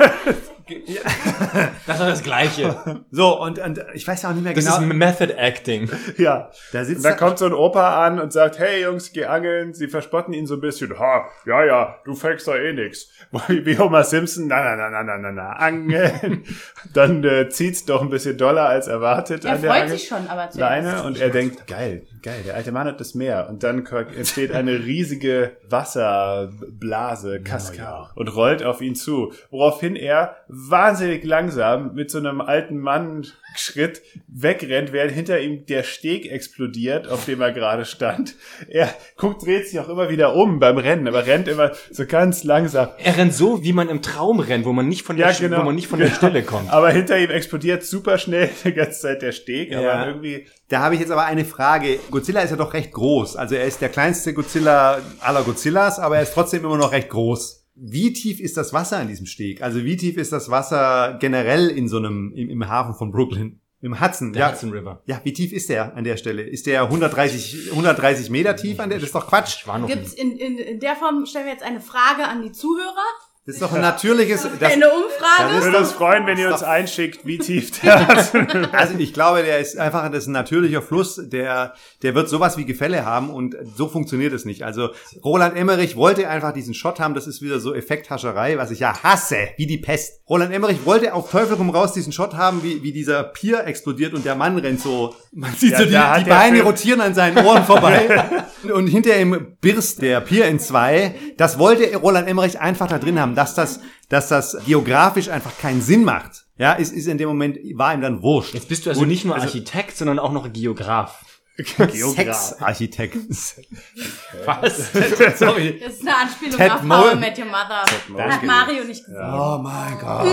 das war das Gleiche. So, und ich weiß ja auch nicht mehr Das genau. ist Method Acting. Ja. Da Und sitzt dann kommt so ein Opa an und sagt, hey Jungs, geh angeln. Sie verspotten ihn so ein bisschen. Ha, ja, du fängst doch eh nix. Wie Homer Simpson, na, angeln. Dann zieht's doch ein bisschen doller als erwartet Er an der freut Angel. sich schon, aber zuerst. Leine und er denkt, geil, der alte Mann hat das Meer. Und dann entsteht eine riesige Wasserblase, Kaskade und rollt auf ihn zu. Woraufhin er wahnsinnig langsam mit so einem alten Mann-Schritt wegrennt, während hinter ihm der Steg explodiert, auf dem er gerade stand. Er dreht sich auch immer wieder um beim Rennen, aber rennt immer so ganz langsam. Er rennt so, wie man im Traum rennt, wo man nicht von der Stelle kommt. Aber hinter ihm explodiert super schnell die ganze Zeit der Steg, aber irgendwie... Da habe ich jetzt aber eine Frage. Godzilla ist ja doch recht groß. Also er ist der kleinste Godzilla aller Godzillas, aber er ist trotzdem immer noch recht groß. Wie tief ist das Wasser in diesem Steg? Also wie tief ist das Wasser generell in so einem, im Hafen von Brooklyn? Im Hudson, Der Hudson River. Ja, wie tief ist der an der Stelle? Ist der 130 Meter tief an der? Das ist doch Quatsch. Gibt's in der Form, stellen wir jetzt eine Frage an die Zuhörer. Das ist doch ein natürliches... Eine Umfrage. Ich würde uns freuen, wenn ihr uns einschickt, wie tief der Hudson... Also ich glaube, das ist ein natürlicher Fluss, der wird sowas wie Gefälle haben und so funktioniert es nicht. Also Roland Emmerich wollte einfach diesen Shot haben, das ist wieder so Effekthascherei, was ich ja hasse, wie die Pest. Roland Emmerich wollte auf Teufel komm raus diesen Shot haben, wie dieser Pier explodiert und der Mann rennt so, man sieht so die Beine rotieren an seinen Ohren vorbei und hinter ihm birst der Pier in zwei. Das wollte Roland Emmerich einfach da drin haben, dass das geografisch einfach keinen Sinn macht. Ja, ist in dem Moment, war ihm dann wurscht. Jetzt bist du also nicht nur Architekt, sondern auch noch Geograf. Sexarchitekt. Was? Sorry. Das ist eine Anspielung auf How I Met Your Mother. Hat Mario nicht gesehen. Oh mein Gott.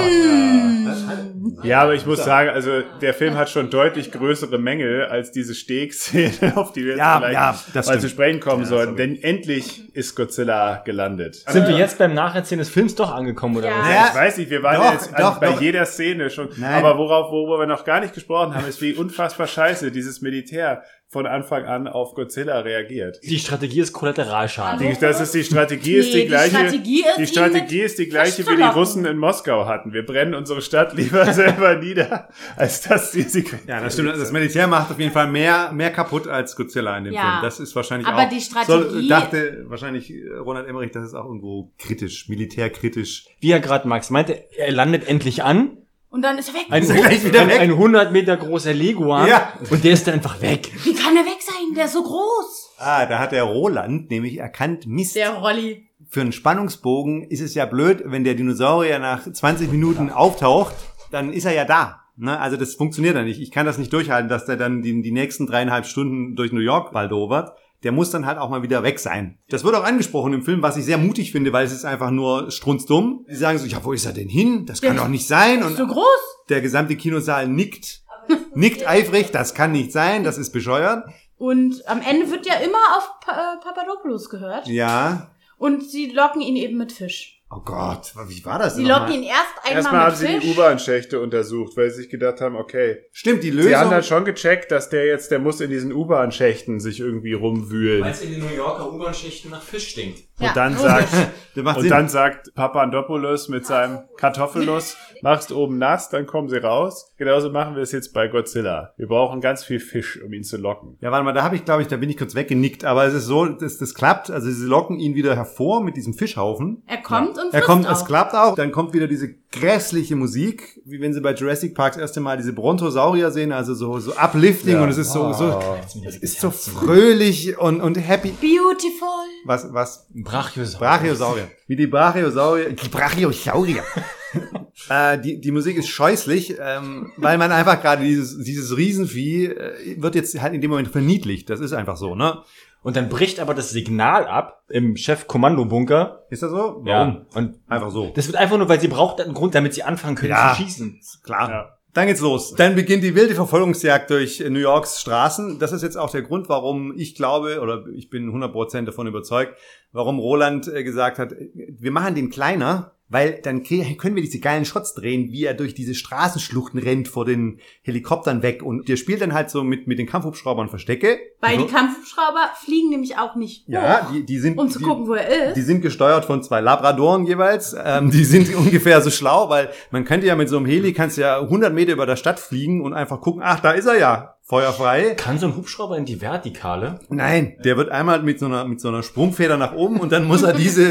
Ja, aber ich muss sagen, also der Film hat schon deutlich größere Mängel als diese Stegszene, auf die wir jetzt vielleicht mal zu sprechen kommen sollten. Denn endlich ist Godzilla gelandet. Sind wir jetzt beim Nacherzählen des Films doch angekommen, oder was? Ja, ich weiß nicht, wir waren jetzt bei jeder Szene schon. Nein. Aber worüber wir noch gar nicht gesprochen haben, ist, wie unfassbar scheiße dieses Militär von Anfang an auf Godzilla reagiert. Die Strategie ist Kollateralschaden. Das ist die Strategie ist die gleiche. Die Strategie ist die gleiche, wie die Russen in Moskau hatten. Wir brennen unsere Stadt lieber selber nieder, als dass die sie. Ja, das stimmt. Das Militär macht auf jeden Fall mehr kaputt als Godzilla in dem Film. Das ist wahrscheinlich aber auch. Die Strategie dachte wahrscheinlich Roland Emmerich, das ist auch irgendwo kritisch, militärkritisch. Wie er gerade Max meinte, er landet endlich an. Und dann ist er weg. Ein 100 Meter großer Leguan. Ja. Und der ist dann einfach weg. Wie kann er weg sein? Der ist so groß. Da hat der Roland nämlich erkannt, Mist. Der Rolli. Für einen Spannungsbogen ist es ja blöd, wenn der Dinosaurier nach 20 Minuten auftaucht, dann ist er ja da. Ne? Also das funktioniert ja nicht. Ich kann das nicht durchhalten, dass der dann die nächsten 3,5 Stunden durch New York baldowert. Der muss dann halt auch mal wieder weg sein. Das wird auch angesprochen im Film, was ich sehr mutig finde, weil es ist einfach nur strunzdumm. Sie sagen so, ja, wo ist er denn hin? Das kann doch nicht sein. Und so groß. Der gesamte Kinosaal nickt eifrig, das kann nicht sein, das ist bescheuert. Und am Ende wird ja immer auf Papadopoulos gehört. Ja. Und sie locken ihn eben mit Fisch. Oh Gott, wie war das denn? Sie locken ihn erstmal haben sie die U-Bahn-Schächte untersucht, weil sie sich gedacht haben, okay. Stimmt, die Lösung. Sie haben dann schon gecheckt, dass der muss in diesen U-Bahn-Schächten sich irgendwie rumwühlen. Weil es in den New Yorker U-Bahn-Schächten nach Fisch stinkt. Und dann sagt Papadopoulos mit seinem Kartoffelnuss, machst oben nass, dann kommen sie raus. Genauso machen wir es jetzt bei Godzilla. Wir brauchen ganz viel Fisch, um ihn zu locken. Ja, warte mal, da bin ich kurz weggenickt, aber es ist so, das klappt. Also sie locken ihn wieder hervor mit diesem Fischhaufen. Er kommt und frisst auch. Es klappt auch. Dann kommt wieder diese grässliche Musik, wie wenn sie bei Jurassic Park das erste Mal diese Brontosaurier sehen, also so uplifting und es ist es ist so fröhlich und happy. Beautiful. Was? Brachiosaurier. Wie die Brachiosaurier. Die Musik ist scheußlich, weil man einfach gerade dieses Riesenvieh wird jetzt halt in dem Moment verniedlicht. Das ist einfach so, ne? Und dann bricht aber das Signal ab im Chef-Kommando-Bunker. Ist das so? Warum? Ja. Und einfach so. Das wird einfach nur, weil sie braucht einen Grund, damit sie anfangen können zu schießen. Klar. Ja. Dann geht's los. Dann beginnt die wilde Verfolgungsjagd durch New Yorks Straßen. Das ist jetzt auch der Grund, warum ich glaube, oder ich bin 100% davon überzeugt, warum Roland gesagt hat, wir machen den kleiner, weil dann können wir diese geilen Shots drehen, wie er durch diese Straßenschluchten rennt vor den Helikoptern weg. Und der spielt dann halt so mit den Kampfhubschraubern Verstecke. Weil die Kampfhubschrauber fliegen nämlich auch nicht hoch, die sind, um zu gucken, wo er ist. Die sind gesteuert von 2 Labradoren jeweils. Die sind ungefähr so schlau, weil man könnte ja mit so einem Heli, kannst ja 100 Meter über der Stadt fliegen und einfach gucken, ach, da ist er ja. Feuerfrei. Kann so ein Hubschrauber in die Vertikale? Nein, der wird einmal mit so einer Sprungfeder nach oben und dann muss er diese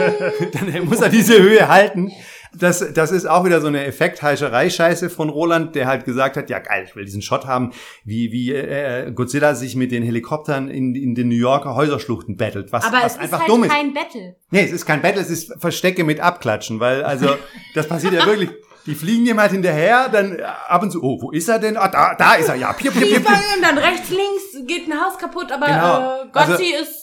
Höhe halten. Das ist auch wieder so eine Effektheischerei-Scheiße von Roland, der halt gesagt hat, ja geil, ich will diesen Shot haben, wie Godzilla sich mit den Helikoptern in den New Yorker Häuserschluchten battelt. Was einfach dumm ist. Aber es ist halt kein Battle. Nee, es ist kein Battle, es ist Verstecke mit Abklatschen, weil also das passiert ja wirklich. Die fliegen ihm halt hinterher, dann ab und zu, oh, wo ist er denn? Ah, da ist er, ja. Piep, piep, piep, piep. Dann rechts, links geht ein Haus kaputt, aber Genau. Gotzi ist...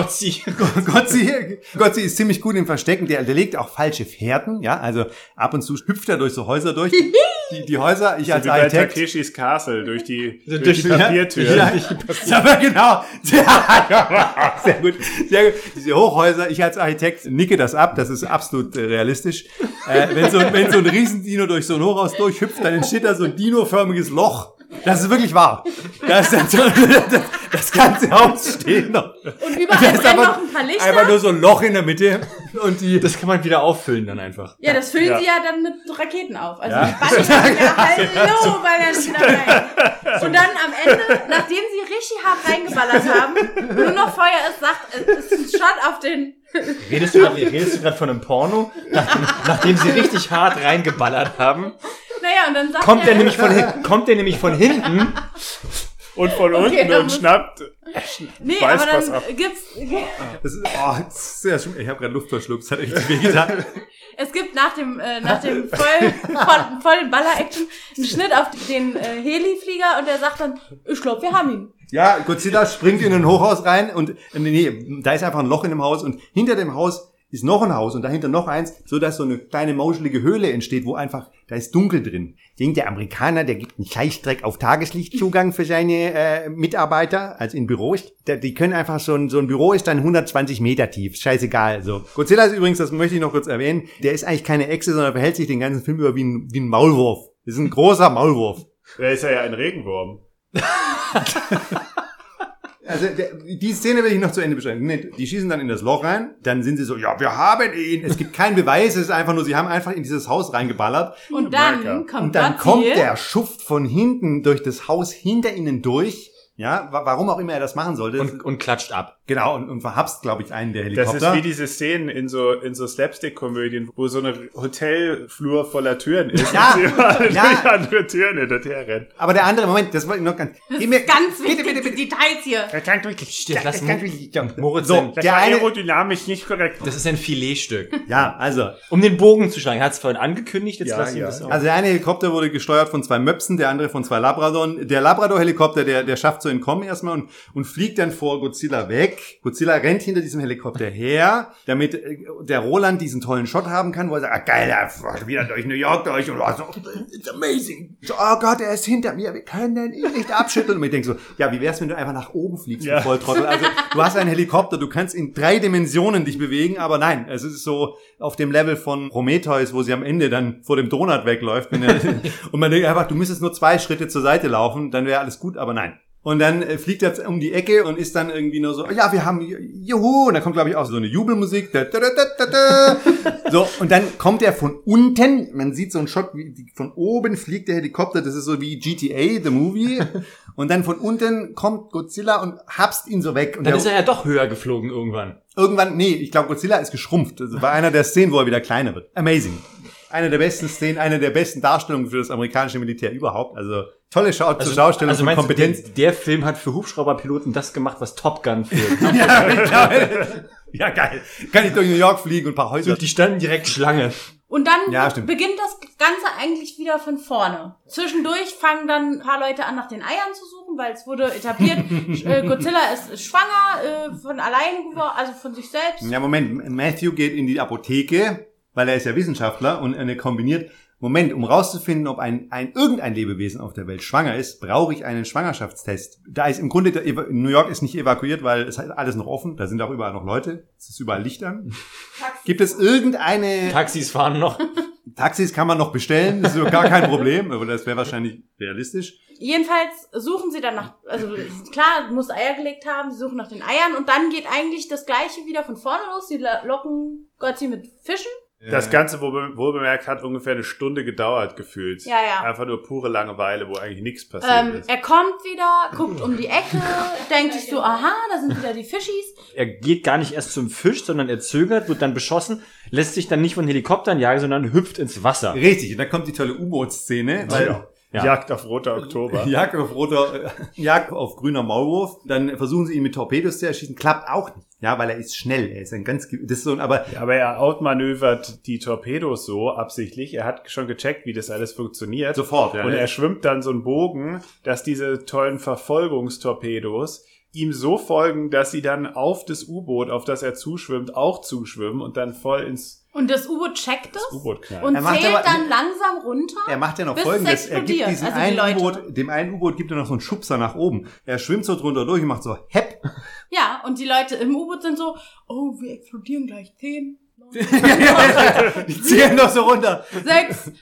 Gotzi ist ziemlich gut im Verstecken. Der legt auch falsche Fährten, ja. Also ab und zu hüpft er durch so Häuser durch. Die Häuser, ich als wie bei Architekt. Takeshis Castle, durch die die Papiertür. Ja, aber genau. Ja, sehr gut. Sehr gut. Diese Hochhäuser, ich als Architekt nicke das ab. Das ist absolut realistisch. Wenn so ein Riesendino durch so ein Hochhaus durchhüpft, dann entsteht da so ein dinoförmiges Loch. Das ist wirklich wahr. Das ganze Haus steht noch. Und überall brennen noch ein paar Lichter. Einfach nur so ein Loch in der Mitte. Und Das kann man wieder auffüllen dann einfach. Ja, das füllen sie ja dann mit Raketen auf. Also die ballern hallo, ballern sie da rein. Und dann am Ende, nachdem sie richtig hart reingeballert haben, nur noch Feuer ist, sagt, es ist ein Shot auf den... Redest du gerade von einem Porno? Nachdem sie richtig hart reingeballert haben, Naja, und dann sagt kommt der nämlich von hinten. Und von Okay, unten dann und schnappt. Nee, Weiß aber was dann ab. gibt's... das ist sehr schlimm. Ich habe gerade Luft verschluckt. Das hat richtig wehgetan. Es gibt nach dem vollen Baller-Action einen Schnitt auf den Heli-Flieger und der sagt dann, ich glaube, wir haben ihn. Ja, Godzilla springt in ein Hochhaus rein und da ist einfach ein Loch in dem Haus und hinter dem Haus ist noch ein Haus und dahinter noch eins, so dass so eine kleine mauschelige Höhle entsteht, wo einfach, da ist dunkel drin. Der Amerikaner, der gibt einen Scheißdreck auf Tageslichtzugang für seine Mitarbeiter, also in Büros. Die können einfach so ein Büro ist dann 120 Meter tief, scheißegal. So. Godzilla ist übrigens, das möchte ich noch kurz erwähnen, der ist eigentlich keine Echse, sondern verhält sich den ganzen Film über wie ein Maulwurf. Das ist ein großer Maulwurf. Da ist ja ein Regenwurm. Also die Szene will ich noch zu Ende beschreiben. Die schießen dann in das Loch rein, dann sind sie so, ja, wir haben ihn. Es gibt keinen Beweis, es ist einfach nur, sie haben einfach in dieses Haus reingeballert. Und dann Und kommt der Schuft von hinten durch das Haus hinter ihnen durch. Ja, warum auch immer er das machen sollte. Und klatscht ab. Genau, und verhapst, glaube ich, einen der Helikopter. Das ist wie diese Szenen in so Slapstick-Komödien, wo so eine Hotelflur voller Türen ist. Ja, und sie durch ja. andere Türen hinterher rennen. Aber der andere, Moment, das wollte ich noch ganz... Das ist ganz wichtig, Details hier. Moritz, So, Das der war eine... aerodynamisch nicht korrekt. das ist ein Filetstück. Ja, also... Um den Bogen zu schlagen. Er hat es vorhin angekündigt, jetzt Ja, lass ihn ja. das auch. Also der eine Helikopter wurde gesteuert von 2 Möpsen, der andere von 2 Labradoren. Der Labrador-Helikopter, der schafft zu entkommen erstmal und fliegt dann vor Godzilla weg. Godzilla rennt hinter diesem Helikopter her, damit der Roland diesen tollen Shot haben kann, wo er sagt, geil, er fährt wieder durch New York durch und so, it's amazing. So, oh Gott, er ist hinter mir, wir können ihn nicht abschütteln. Und ich denke so, ja, wie wär's, wenn du einfach nach oben fliegst, du Volltrottel. Also du hast einen Helikopter, du kannst in 3 Dimensionen dich bewegen, aber nein, es ist so auf dem Level von Prometheus, wo sie am Ende dann vor dem Donut wegläuft. Und man denkt einfach, du müsstest nur 2 Schritte zur Seite laufen, dann wäre alles gut, aber nein. Und dann fliegt er um die Ecke und ist dann irgendwie nur so, ja, wir haben, juhu, und dann kommt, glaube ich, auch so eine Jubelmusik. So, und dann kommt er von unten, man sieht so einen Shot, wie von oben fliegt der Helikopter, das ist so wie GTA, the movie. Und dann von unten kommt Godzilla und hapst ihn so weg. Und Dann ist er ja doch höher geflogen irgendwann. irgendwann, nee, ich glaube, Godzilla ist geschrumpft. Das war einer der Szenen, wo er wieder kleiner wird. Amazing. Eine der besten Szenen, eine der besten Darstellungen für das amerikanische Militär überhaupt. Also tolle Schaustellung und Kompetenz. Der Film hat für Hubschrauberpiloten das gemacht, was Top Gun für. Ja, geil. Kann ich durch New York fliegen und ein paar Häuser. Die standen direkt Schlange. Und dann Ja, stimmt. beginnt das Ganze eigentlich wieder von vorne. Zwischendurch fangen dann ein paar Leute an, nach den Eiern zu suchen, weil es wurde etabliert, Godzilla ist schwanger, von alleine geworden, also von sich selbst. Ja, Moment. Matthew geht in die Apotheke, weil er ist ja Wissenschaftler und er kombiniert, Moment, um rauszufinden, ob irgendein Lebewesen auf der Welt schwanger ist, brauche ich einen Schwangerschaftstest. Da ist im Grunde, New York ist nicht evakuiert, weil es ist alles noch offen, da sind auch überall noch Leute, es ist überall Licht an. Gibt es irgendeine... Taxis fahren noch. Taxis kann man noch bestellen, das ist gar kein Problem, aber das wäre wahrscheinlich realistisch. Jedenfalls suchen sie dann nach, also klar, muss Eier gelegt haben, sie suchen nach den Eiern und dann geht eigentlich das Gleiche wieder von vorne los. Sie locken Gotzi mit Fischen. Das Ganze, wohlbemerkt, hat ungefähr eine Stunde gedauert, gefühlt. Ja, ja. Einfach nur pure Langeweile, wo eigentlich nichts passiert ist. Er kommt wieder, guckt um die Ecke, denkt sich so, aha, da sind wieder die Fischis. Er geht gar nicht erst zum Fisch, sondern er zögert, wird dann beschossen, lässt sich dann nicht von Helikoptern jagen, sondern hüpft ins Wasser. Richtig, und dann kommt die tolle U-Boot-Szene, weil Ja. Jagd auf roter Oktober. Jagd auf grüner Maulwurf. Dann versuchen sie ihn mit Torpedos zu erschießen. Klappt auch nicht. Ja, weil er ist schnell. Er ist das ist so, aber er outmanövert die Torpedos so absichtlich. Er hat schon gecheckt, wie das alles funktioniert. Sofort, ja. Und er schwimmt dann so einen Bogen, dass diese tollen Verfolgungstorpedos ihm so folgen, dass sie dann auf das U-Boot, auf das er zuschwimmt, auch zuschwimmen und dann voll ins Und das U-Boot checkt es U-Boot knallen. und Er macht zählt aber- dann langsam runter. er macht ja noch bis Folgendes. es Er gibt explodiert. diesem Also die einen Leute. U-Boot, dem einen U-Boot gibt er noch so einen Schubser nach oben. Er schwimmt so drunter durch und macht so Hepp. Ja, und die Leute im U-Boot sind so, oh, wir explodieren gleich 10, 9, Die zählen noch so runter. 6.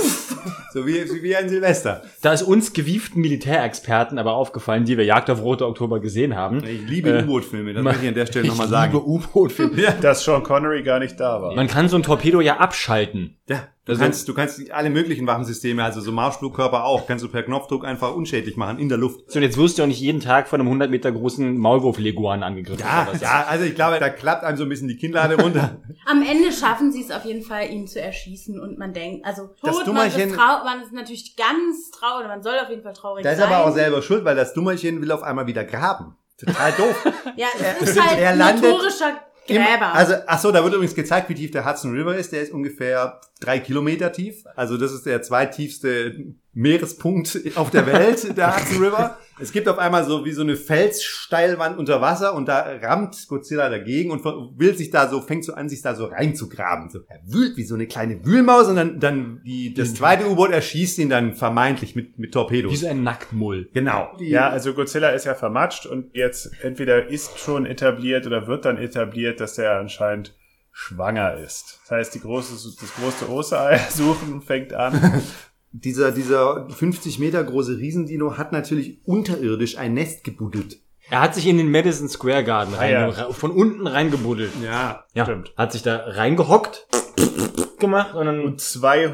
So wie ein Silvester. Da ist uns gewieften Militärexperten aber aufgefallen, die wir Jagd auf Rote Oktober gesehen haben. Ich liebe U-Boot-Filme, das möchte ich an der Stelle nochmal Ich sagen. liebe U-Boot-Filme. Dass Sean Connery gar nicht da war. Man kann so ein Torpedo ja abschalten. Ja, du kannst alle möglichen Waffensysteme, also so Marschflugkörper auch, kannst du per Knopfdruck einfach unschädlich machen in der Luft. So, und jetzt wirst du auch nicht jeden Tag von einem 100 Meter großen Maulwurf-Leguan angegriffen. oder was. Ja, also ich glaube, da klappt einem so ein bisschen die Kinnlade runter. Am Ende schaffen sie es auf jeden Fall, ihn zu erschießen und man denkt, also Das tot, man Dummerchen- ist natürlich ganz traurig, man soll auf jeden Fall traurig Da ist sein. aber auch selber schuld, weil das Dummerchen will auf einmal wieder graben. Total doof. Ja, es ist halt er landet notorischer Gräber. Da wird übrigens gezeigt, wie tief der Hudson River ist. Der ist ungefähr 3 Kilometer tief. Also das ist der zweittiefste Meerespunkt auf der Welt, der Hudson River. Es gibt auf einmal so wie so eine Felssteilwand unter Wasser und da rammt Godzilla dagegen und fängt so an, sich da so reinzugraben. So, er wühlt wie so eine kleine Wühlmaus und dann das zweite U-Boot erschießt ihn dann vermeintlich mit Torpedos. Wie so ein Nacktmull. Genau. Ja, also Godzilla ist ja vermatscht und jetzt entweder ist schon etabliert oder wird dann etabliert, dass er anscheinend schwanger ist. Das heißt, das große Osterei suchen fängt an. Dieser 50 Meter große Riesendino hat natürlich unterirdisch ein Nest gebuddelt. Er hat sich in den Madison Square Garden von unten reingebuddelt. Ja. Ja, Stimmt. hat sich da reingehockt, gemacht und dann... Und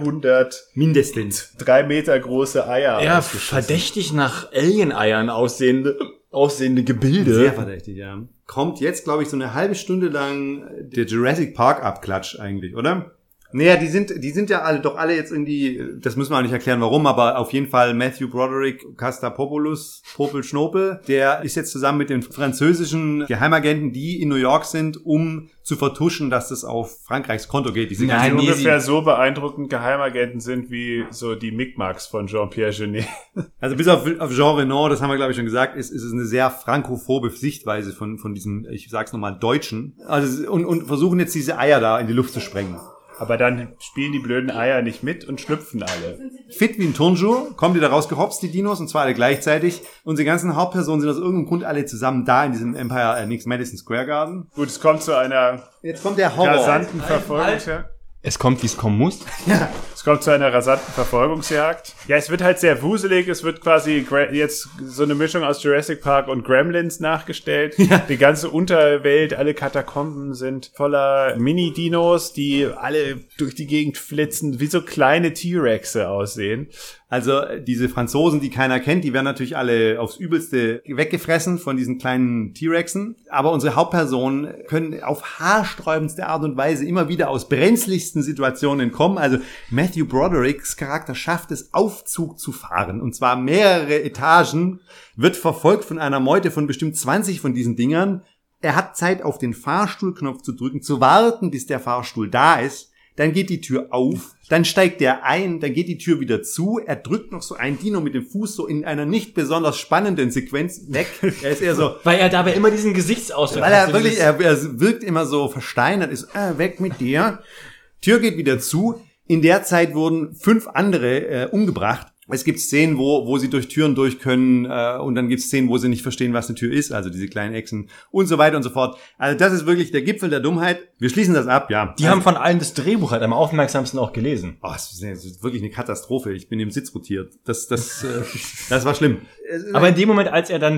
200 Mindestens. 3 Meter große Eier. Ja, ausgeschossen. verdächtig nach Alien-Eiern aussehende Gebilde. Sehr verdächtig, ja. Kommt jetzt, glaube ich, so eine halbe Stunde lang der Jurassic Park Abklatsch eigentlich, oder? Naja, die sind ja alle jetzt irgendwie, das müssen wir auch nicht erklären, warum, aber auf jeden Fall Matthew Broderick Castapopoulos, Popel-Schnopel, der ist jetzt zusammen mit den französischen Geheimagenten, die in New York sind, um zu vertuschen, dass das auf Frankreichs Konto geht. Diese Nein, Die nee, ungefähr so beeindruckend Geheimagenten sind wie so die Micmacs von Jean-Pierre Jeunet. Also bis auf Jean Reno, das haben wir glaube ich schon gesagt, ist es eine sehr frankophobe Sichtweise von diesem, ich sag's nochmal, Deutschen. Also und versuchen jetzt diese Eier da in die Luft zu sprengen. Aber dann spielen die blöden Eier nicht mit und schlüpfen alle. Fit wie ein Turnschuh, kommen die da rausgehopst, die Dinos, und zwar alle gleichzeitig. Unsere ganzen Hauptpersonen sind aus irgendeinem Grund alle zusammen da in diesem Madison Square Garden. Gut, es kommt zu einer Jetzt kommt der Horror. rasanten Verfolgungsjagd. Es kommt, wie es kommen muss. Es kommt zu einer rasanten Verfolgungsjagd. Ja, es wird halt sehr wuselig. Es wird quasi jetzt so eine Mischung aus Jurassic Park und Gremlins nachgestellt. Ja. Die ganze Unterwelt, alle Katakomben sind voller Mini-Dinos, die alle durch die Gegend flitzen, wie so kleine T-Rexe aussehen. Also diese Franzosen, die keiner kennt, die werden natürlich alle aufs Übelste weggefressen von diesen kleinen T-Rexen. Aber unsere Hauptpersonen können auf haarsträubendste Art und Weise immer wieder aus brenzligsten Situationen entkommen. Also Matthew Brodericks Charakter schafft es, Aufzug zu fahren. Und zwar mehrere Etagen, wird verfolgt von einer Meute von bestimmt 20 von diesen Dingern. Er hat Zeit, auf den Fahrstuhlknopf zu drücken, zu warten, bis der Fahrstuhl da ist. Dann geht die Tür auf, dann steigt er ein, dann geht die Tür wieder zu. Er drückt noch so ein Dino mit dem Fuß so in einer nicht besonders spannenden Sequenz weg. Er ist eher so... Weil er dabei immer diesen Gesichtsausdruck Weil er hat. wirklich, er wirkt immer so versteinert, ist weg mit dir. Tür geht wieder zu. In der Zeit wurden 5 andere umgebracht. Es gibt Szenen, wo sie durch Türen durch können und dann gibt es Szenen, wo sie nicht verstehen, was eine Tür ist, also diese kleinen Echsen und so weiter und so fort. Also das ist wirklich der Gipfel der Dummheit. Wir schließen das ab, ja. Die haben von allen das Drehbuch halt am aufmerksamsten auch gelesen. Oh, das ist wirklich eine Katastrophe. Ich bin im Sitz rotiert. Das war schlimm. Aber in dem Moment, als er dann die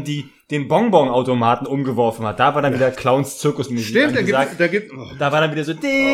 den Bonbon-Automaten umgeworfen hat. Da war dann wieder Clowns-Zirkusmusik. Stimmt, da war dann wieder so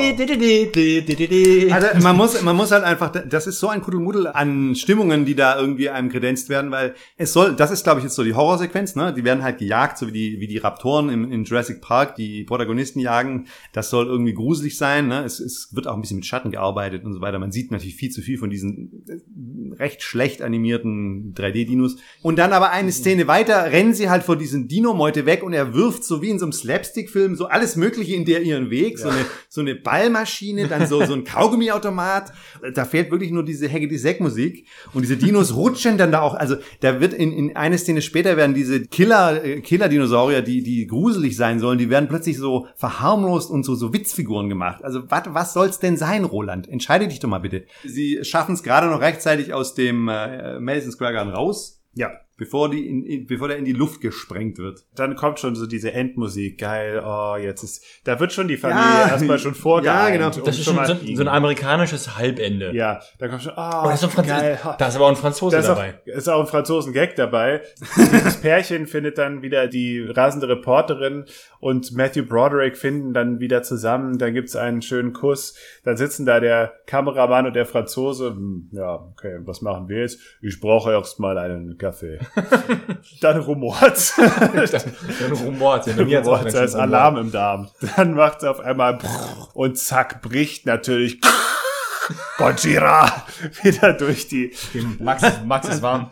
Also man muss halt einfach, das ist so ein Kuddelmuddel an Stimmungen, die da irgendwie einem kredenzt werden, weil das ist glaube ich jetzt so die Horrorsequenz, ne? Die werden halt gejagt, so wie die Raptoren in Jurassic Park, die Protagonisten jagen. Das soll irgendwie gruselig sein, ne? Es wird auch ein bisschen mit Schatten gearbeitet und so weiter. Man sieht natürlich viel zu viel von diesen recht schlecht animierten 3D-Dinos. Und dann aber eine Szene weiter rennen sie halt vor diesen Dino-Meute weg und er wirft so wie in so einem Slapstick-Film so alles Mögliche in ihren Weg. Ja. So eine Ballmaschine, dann so ein Kaugummiautomat. Da fehlt wirklich nur diese Haggity-Sack-Musik. Und diese Dinos rutschen dann da auch, also da wird in eine Szene später werden diese Killer-Dinosaurier, die gruselig sein sollen, die werden plötzlich so verharmlost und so Witzfiguren gemacht. Also was soll's denn sein, Roland? Entscheide dich doch mal bitte. Sie schaffen es gerade noch rechtzeitig aus dem Madison Square Garden raus. Ja. Bevor der in die Luft gesprengt wird. Dann kommt schon so diese Endmusik, geil, da wird schon die Familie erstmal schon vorgeeint. Ja, genau. Das ist schon so ein amerikanisches Halbende. Ja, da kommt schon, das ist geil. Da ist aber auch ein Franzose dabei. Ist auch ein Franzosen-Gag dabei. Dieses Pärchen findet dann wieder die rasende Reporterin und Matthew Broderick finden dann wieder zusammen. Dann gibt's einen schönen Kuss. Dann sitzen da der Kameramann und der Franzose. Ja, okay, was machen wir jetzt? Ich brauche erst mal einen Kaffee. Dann rumort's. Dann rumort's. Da ist Alarm im Darm. Dann macht's auf einmal und zack, bricht natürlich Godzilla wieder durch die Max ist warm.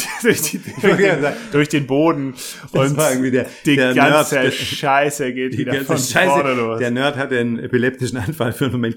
durch den Boden das und war irgendwie die der ganze Nerd, Scheiße geht wieder von vorne los. Der Nerd hat einen epileptischen Anfall für einen Moment.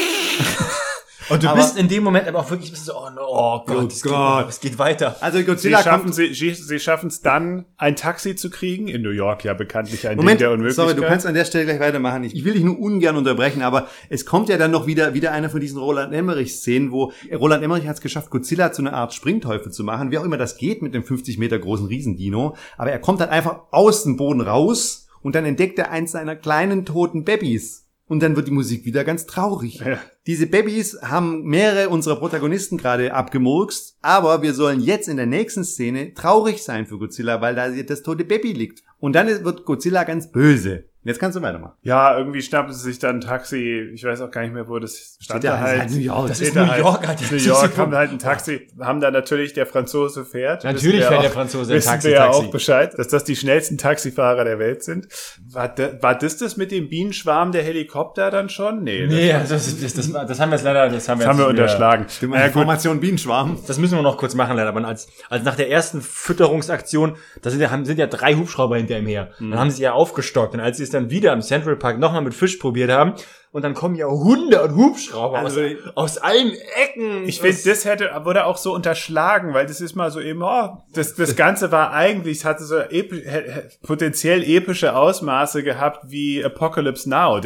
Und du bist in dem Moment aber auch wirklich so, oh Gott, es geht weiter. Also Godzilla Sie schaffen es dann, ein Taxi zu kriegen. In New York ja bekanntlich ein Ding der Unmöglichkeit. Sorry, du kannst an der Stelle gleich weitermachen. Ich will dich nur ungern unterbrechen, aber es kommt ja dann noch wieder einer von diesen Roland Emmerich-Szenen, wo Roland Emmerich hat es geschafft, Godzilla zu einer Art Springteufel zu machen, wie auch immer das geht mit dem 50 Meter großen Riesendino. Aber er kommt dann einfach aus dem Boden raus und dann entdeckt er eins seiner kleinen toten Babys. Und dann wird die Musik wieder ganz traurig. Ja. Diese Babys haben mehrere unserer Protagonisten gerade abgemurkst, aber wir sollen jetzt in der nächsten Szene traurig sein für Godzilla, weil da das tote Baby liegt. Und dann wird Godzilla ganz böse. Jetzt kannst du weitermachen. Ja, irgendwie schnappen sie sich dann ein Taxi. Ich weiß auch gar nicht mehr, wo das stand. Das ist New York, Alter. New York haben halt ein Taxi. Haben da natürlich der Franzose fährt. Natürlich fährt der Franzose ein Taxi. Wissen wir ja auch Bescheid, dass das die schnellsten Taxifahrer der Welt sind. War das mit dem Bienenschwarm der Helikopter dann schon? Nee, das haben wir jetzt leider, das haben wir unterschlagen. Information Bienenschwarm. Das müssen wir noch kurz machen leider. Aber als nach der ersten Fütterungsaktion, da sind ja 3 Hubschrauber hinter ihm her. Dann haben sie ja aufgestockt. Und als sie es dann wieder im Central Park nochmal mit Fisch probiert haben, und dann kommen ja 100 Hubschrauber aus allen Ecken. Ich finde, das wurde auch so unterschlagen, weil das ist mal so eben, das Ganze war eigentlich, es hatte so potenziell epische Ausmaße gehabt wie Apocalypse Now.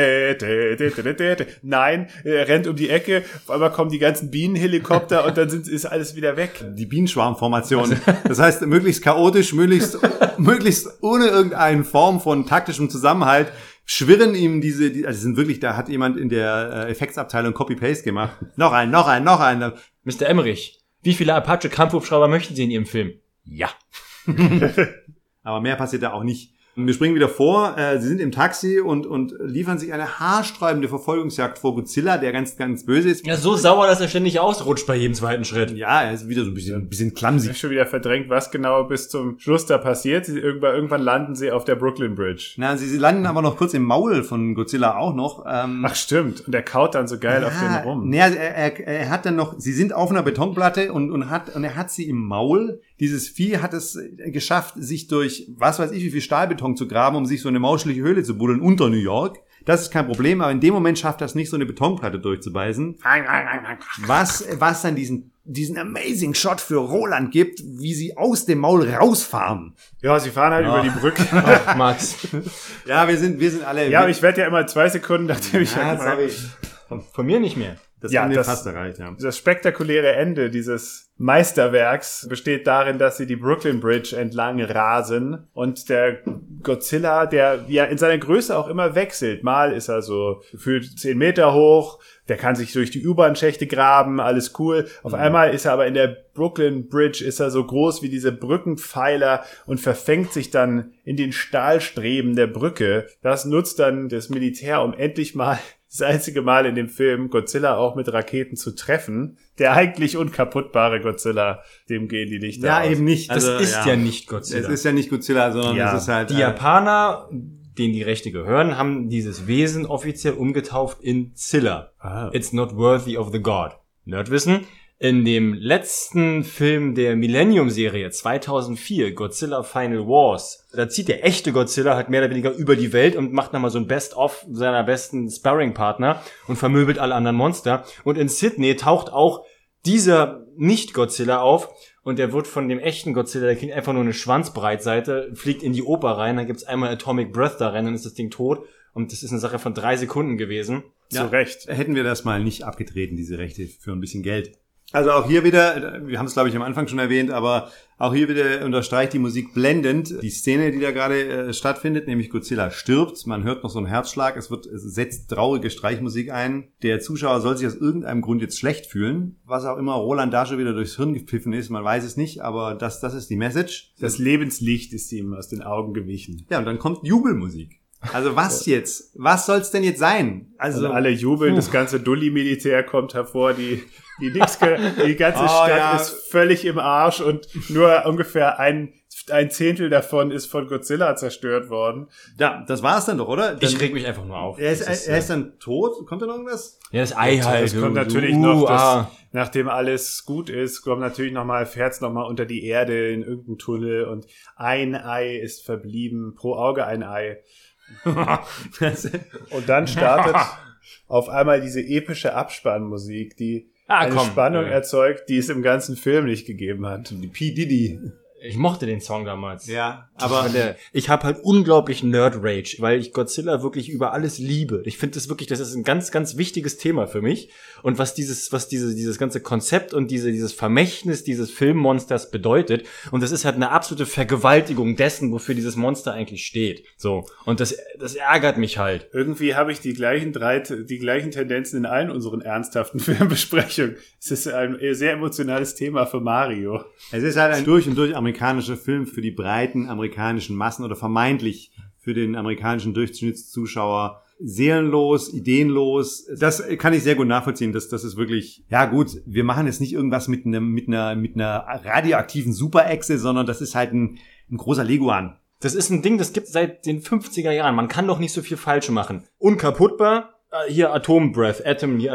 Nein, er rennt um die Ecke, auf einmal kommen die ganzen Bienenhelikopter und dann ist alles wieder weg. Die Bienenschwarmformation. Das heißt, möglichst chaotisch, möglichst ohne irgendeine Form von taktischem Zusammenhalt, schwirren ihm also sind wirklich, da hat jemand in der Effektsabteilung Copy-Paste gemacht. Noch ein. Mr. Emmerich, wie viele Apache-Kampfhubschrauber möchten Sie in Ihrem Film? Ja. Aber mehr passiert da auch nicht. Wir springen wieder vor, sie sind im Taxi und liefern sich eine haarsträubende Verfolgungsjagd vor Godzilla, der ganz, ganz böse ist. Ja, so sauer, dass er ständig ausrutscht bei jedem zweiten Schritt. Ja, er ist wieder so ein bisschen clumsy. Ich habe schon wieder verdrängt, was genau bis zum Schluss da passiert. Irgendwann landen sie auf der Brooklyn Bridge. Na, sie landen aber noch kurz im Maul von Godzilla auch noch. Ach stimmt, und er kaut dann so geil auf den rum. Nee, er hat dann noch, sie sind auf einer Betonplatte und er hat sie im Maul. Dieses Vieh hat es geschafft, sich durch, was weiß ich, wie viel Stahlbeton zu graben, um sich so eine mauschliche Höhle zu buddeln unter New York. Das ist kein Problem, aber in dem Moment schafft er es nicht, so eine Betonplatte durchzubeißen. Was dann diesen amazing Shot für Roland gibt, wie sie aus dem Maul rausfahren. Ja, sie fahren halt über die Brücke. Ach, Max. Ja, wir sind alle... Ja, aber ich werde ja immer 2 Sekunden, nachdem ich... sorry. Von mir nicht mehr. Das haben wir fast erreicht, ja. Das spektakuläre Ende dieses Meisterwerks besteht darin, dass sie die Brooklyn Bridge entlang rasen und der Godzilla, der ja in seiner Größe auch immer wechselt. Mal ist er so gefühlt 10 Meter hoch, der kann sich durch die U-Bahn-Schächte graben, alles cool. Auf einmal ist er aber in der Brooklyn Bridge, ist er so groß wie diese Brückenpfeiler und verfängt sich dann in den Stahlstreben der Brücke. Das nutzt dann das Militär, um endlich mal das einzige Mal in dem Film Godzilla auch mit Raketen zu treffen. Der eigentlich unkaputtbare Godzilla, dem gehen die Lichter aus. Ja, eben nicht. Das Also, ist ja nicht Godzilla. Es ist ja nicht Godzilla, sondern es ist halt... Die Japaner, denen die Rechte gehören, haben dieses Wesen offiziell umgetauft in Zilla. It's not worthy of the god. Nerdwissen. In dem letzten Film der Millennium-Serie 2004, Godzilla Final Wars, da zieht der echte Godzilla halt mehr oder weniger über die Welt und macht nochmal so ein Best-of seiner besten Sparring-Partner und vermöbelt alle anderen Monster. Und in Sydney taucht auch dieser Nicht-Godzilla auf und der wird von dem echten Godzilla, der kriegt einfach nur eine Schwanzbreitseite, fliegt in die Oper rein, dann gibt's einmal Atomic Breath da rein, dann ist das Ding tot. Und das ist eine Sache von 3 Sekunden gewesen. Ja, zu Recht. Hätten wir das mal nicht abgetreten, diese Rechte, für ein bisschen Geld. Also auch hier wieder, wir haben es glaube ich am Anfang schon erwähnt, aber auch hier wieder unterstreicht die Musik blendend die Szene, die da gerade stattfindet, nämlich Godzilla stirbt. Man hört noch so einen Herzschlag, es setzt traurige Streichmusik ein. Der Zuschauer soll sich aus irgendeinem Grund jetzt schlecht fühlen. Was auch immer Roland da schon wieder durchs Hirn gepfiffen ist, man weiß es nicht, aber das ist die Message. Das Lebenslicht ist ihm aus den Augen gewichen. Ja, und dann kommt Jubelmusik. Also was jetzt? Was soll's denn jetzt sein? Also alle jubeln, das ganze Dulli-Militär kommt hervor, die ganze Stadt ist völlig im Arsch und nur ungefähr ein Zehntel davon ist von Godzilla zerstört worden. Ja, das war's dann doch, oder? Ich reg mich einfach nur auf. Er ist dann tot? Kommt da noch irgendwas? Ja, das Ei halt. Es kommt natürlich noch, nachdem alles gut ist, kommt natürlich fährt's nochmal unter die Erde in irgendeinen Tunnel und ein Ei ist verblieben, pro Auge ein Ei. Und dann startet auf einmal diese epische Abspannmusik, die eine Spannung erzeugt, die es im ganzen Film nicht gegeben hat. Die P. Diddy. Ich mochte den Song damals. Ja, aber ich habe halt unglaublich Nerd-Rage, weil ich Godzilla wirklich über alles liebe. Ich finde das ist ein ganz, ganz wichtiges Thema für mich. Und was dieses ganze Konzept und dieses Vermächtnis dieses Filmmonsters bedeutet. Und das ist halt eine absolute Vergewaltigung dessen, wofür dieses Monster eigentlich steht. So. Und das ärgert mich halt. Irgendwie habe ich die gleichen Tendenzen in allen unseren ernsthaften Filmbesprechungen. Es ist ein sehr emotionales Thema für Mario. Es ist halt ein durch und durch amerikanischer Film für die breiten amerikanischen Massen oder vermeintlich für den amerikanischen Durchschnittszuschauer. Seelenlos, ideenlos. Das kann ich sehr gut nachvollziehen. Das ist wirklich, ja gut, wir machen jetzt nicht irgendwas mit einer radioaktiven Superechse, sondern das ist halt ein großer Leguan. Das ist ein Ding, das gibt's seit den 50er Jahren. Man kann doch nicht so viel falsch machen. Unkaputtbar. Hier Atomic Breath,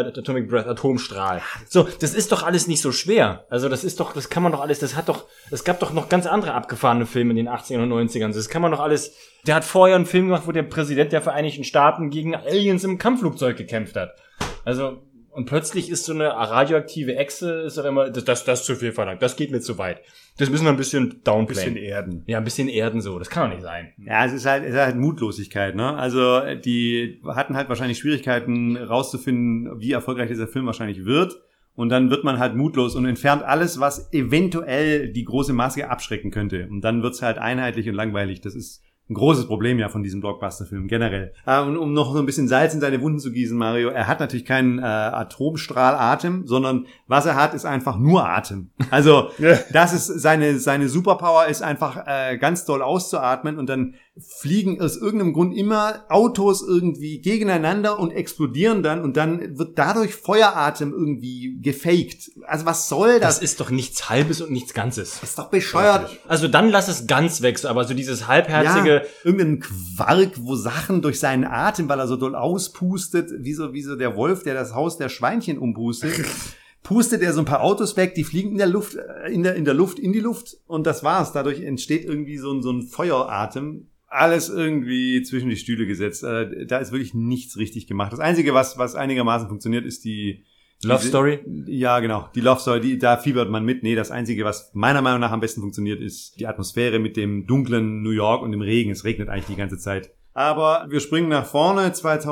Atomstrahl. So, das ist doch alles nicht so schwer. Also das kann man doch alles, es gab doch noch ganz andere abgefahrene Filme in den 80ern und 90ern. Das kann man doch alles, der hat vorher einen Film gemacht, wo der Präsident der Vereinigten Staaten gegen Aliens im Kampfflugzeug gekämpft hat. Also, und plötzlich ist so eine radioaktive Echse, ist doch immer, das ist zu viel verlangt, das geht mir zu weit. Das müssen wir ein bisschen downplayen. Ein bisschen erden. Ja, ein bisschen erden so, das kann doch nicht sein. Ja, es ist halt Mutlosigkeit, ne? Also, die hatten halt wahrscheinlich Schwierigkeiten rauszufinden, wie erfolgreich dieser Film wahrscheinlich wird. Und dann wird man halt mutlos und entfernt alles, was eventuell die große Masse abschrecken könnte. Und dann wird's halt einheitlich und langweilig. Das ist ein großes Problem ja von diesem Blockbuster-Film generell. Und um noch so ein bisschen Salz in seine Wunden zu gießen, Mario, er hat natürlich keinen Atomstrahlatem, sondern was er hat, ist einfach nur Atem. Also das ist seine Superpower ist einfach ganz doll auszuatmen und dann fliegen aus irgendeinem Grund immer Autos irgendwie gegeneinander und explodieren dann und dann wird dadurch Feueratem irgendwie gefaked. Also was soll das? Das ist doch nichts Halbes und nichts Ganzes. Das ist doch bescheuert. Also dann lass es ganz weg, aber so dieses halbherzige... Ja, irgendein Quark, wo Sachen durch seinen Atem, weil er so doll auspustet, wie so der Wolf, der das Haus der Schweinchen umpustet. Pustet er so ein paar Autos weg, die fliegen in der Luft, in die Luft und das war's. Dadurch entsteht irgendwie so ein Feueratem. Alles irgendwie zwischen die Stühle gesetzt. Da ist wirklich nichts richtig gemacht. Das Einzige, was einigermaßen funktioniert, ist die Love Story? Ja, genau. Die Love Story, da fiebert man mit. Nee, das Einzige, was meiner Meinung nach am besten funktioniert, ist die Atmosphäre mit dem dunklen New York und dem Regen. Es regnet eigentlich die ganze Zeit. Aber wir springen nach vorne,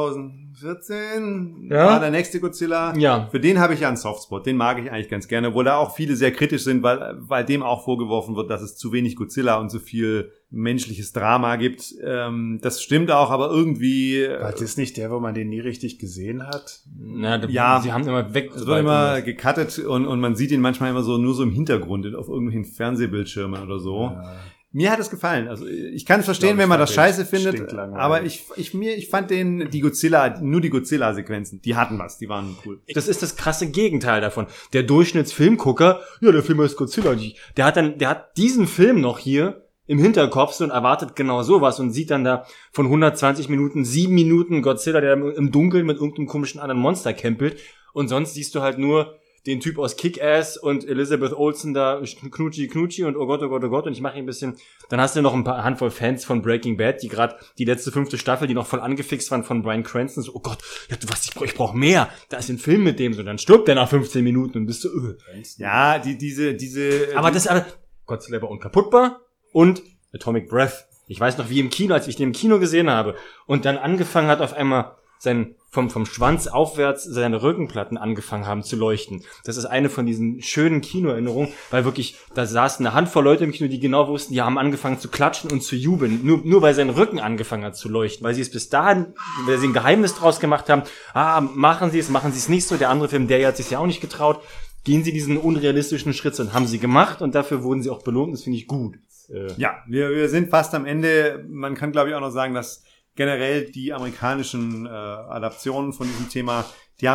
2014 Ja. war der nächste Godzilla. Ja. Für den habe ich ja einen Softspot, den mag ich eigentlich ganz gerne, obwohl da auch viele sehr kritisch sind, weil dem auch vorgeworfen wird, dass es zu wenig Godzilla und zu viel menschliches Drama gibt. Das stimmt auch, aber irgendwie... War das nicht der, wo man den nie richtig gesehen hat? Ja. Sie haben immer weg. Es wird immer gecuttet und man sieht ihn manchmal immer so nur so im Hintergrund auf irgendwelchen Fernsehbildschirmen oder so. Ja. Mir hat es gefallen. Also ich kann es verstehen, Ich wenn man fand das den scheiße findet, stinklangweilig. aber ich fand die Godzilla-Sequenzen, die hatten was, die waren cool. Das ist das krasse Gegenteil davon. Der Durchschnittsfilmgucker, ja, der Film ist Godzilla. Der hat diesen Film noch hier im Hinterkopf und erwartet genau sowas und sieht dann da von 120 Minuten 7 Minuten Godzilla, der im Dunkeln mit irgendeinem komischen anderen Monster kämpelt. Und sonst siehst du halt nur den Typ aus Kick-Ass und Elizabeth Olsen da knutschi und oh Gott und ich mache ein bisschen, dann hast du noch ein paar Handvoll Fans von Breaking Bad, die gerade die letzte 5. Staffel, die noch voll angefixt waren von Bryan Cranston, so, oh Gott, ja, ich brauch mehr, da ist ein Film mit dem, so, dann stirbt der nach 15 Minuten und bist so, Ja, diese aber Godzilla war unkaputtbar und Atomic Breath. Ich weiß noch, wie im Kino, als ich den im Kino gesehen habe und dann angefangen hat auf einmal vom Schwanz aufwärts seine Rückenplatten angefangen haben zu leuchten. Das ist eine von diesen schönen Kinoerinnerungen, weil wirklich, da saßen eine Handvoll Leute im Kino, die genau wussten, die haben angefangen zu klatschen und zu jubeln, nur weil sein Rücken angefangen hat zu leuchten, weil sie es bis dahin, weil sie ein Geheimnis draus gemacht haben, machen sie es nicht so, der andere Film, der hat sich ja auch nicht getraut, gehen sie diesen unrealistischen Schritt und haben sie gemacht und dafür wurden sie auch belohnt, das finde ich gut. Ja, wir sind fast am Ende. Man kann, glaube ich, auch noch sagen, dass generell die amerikanischen Adaptionen von diesem Thema, die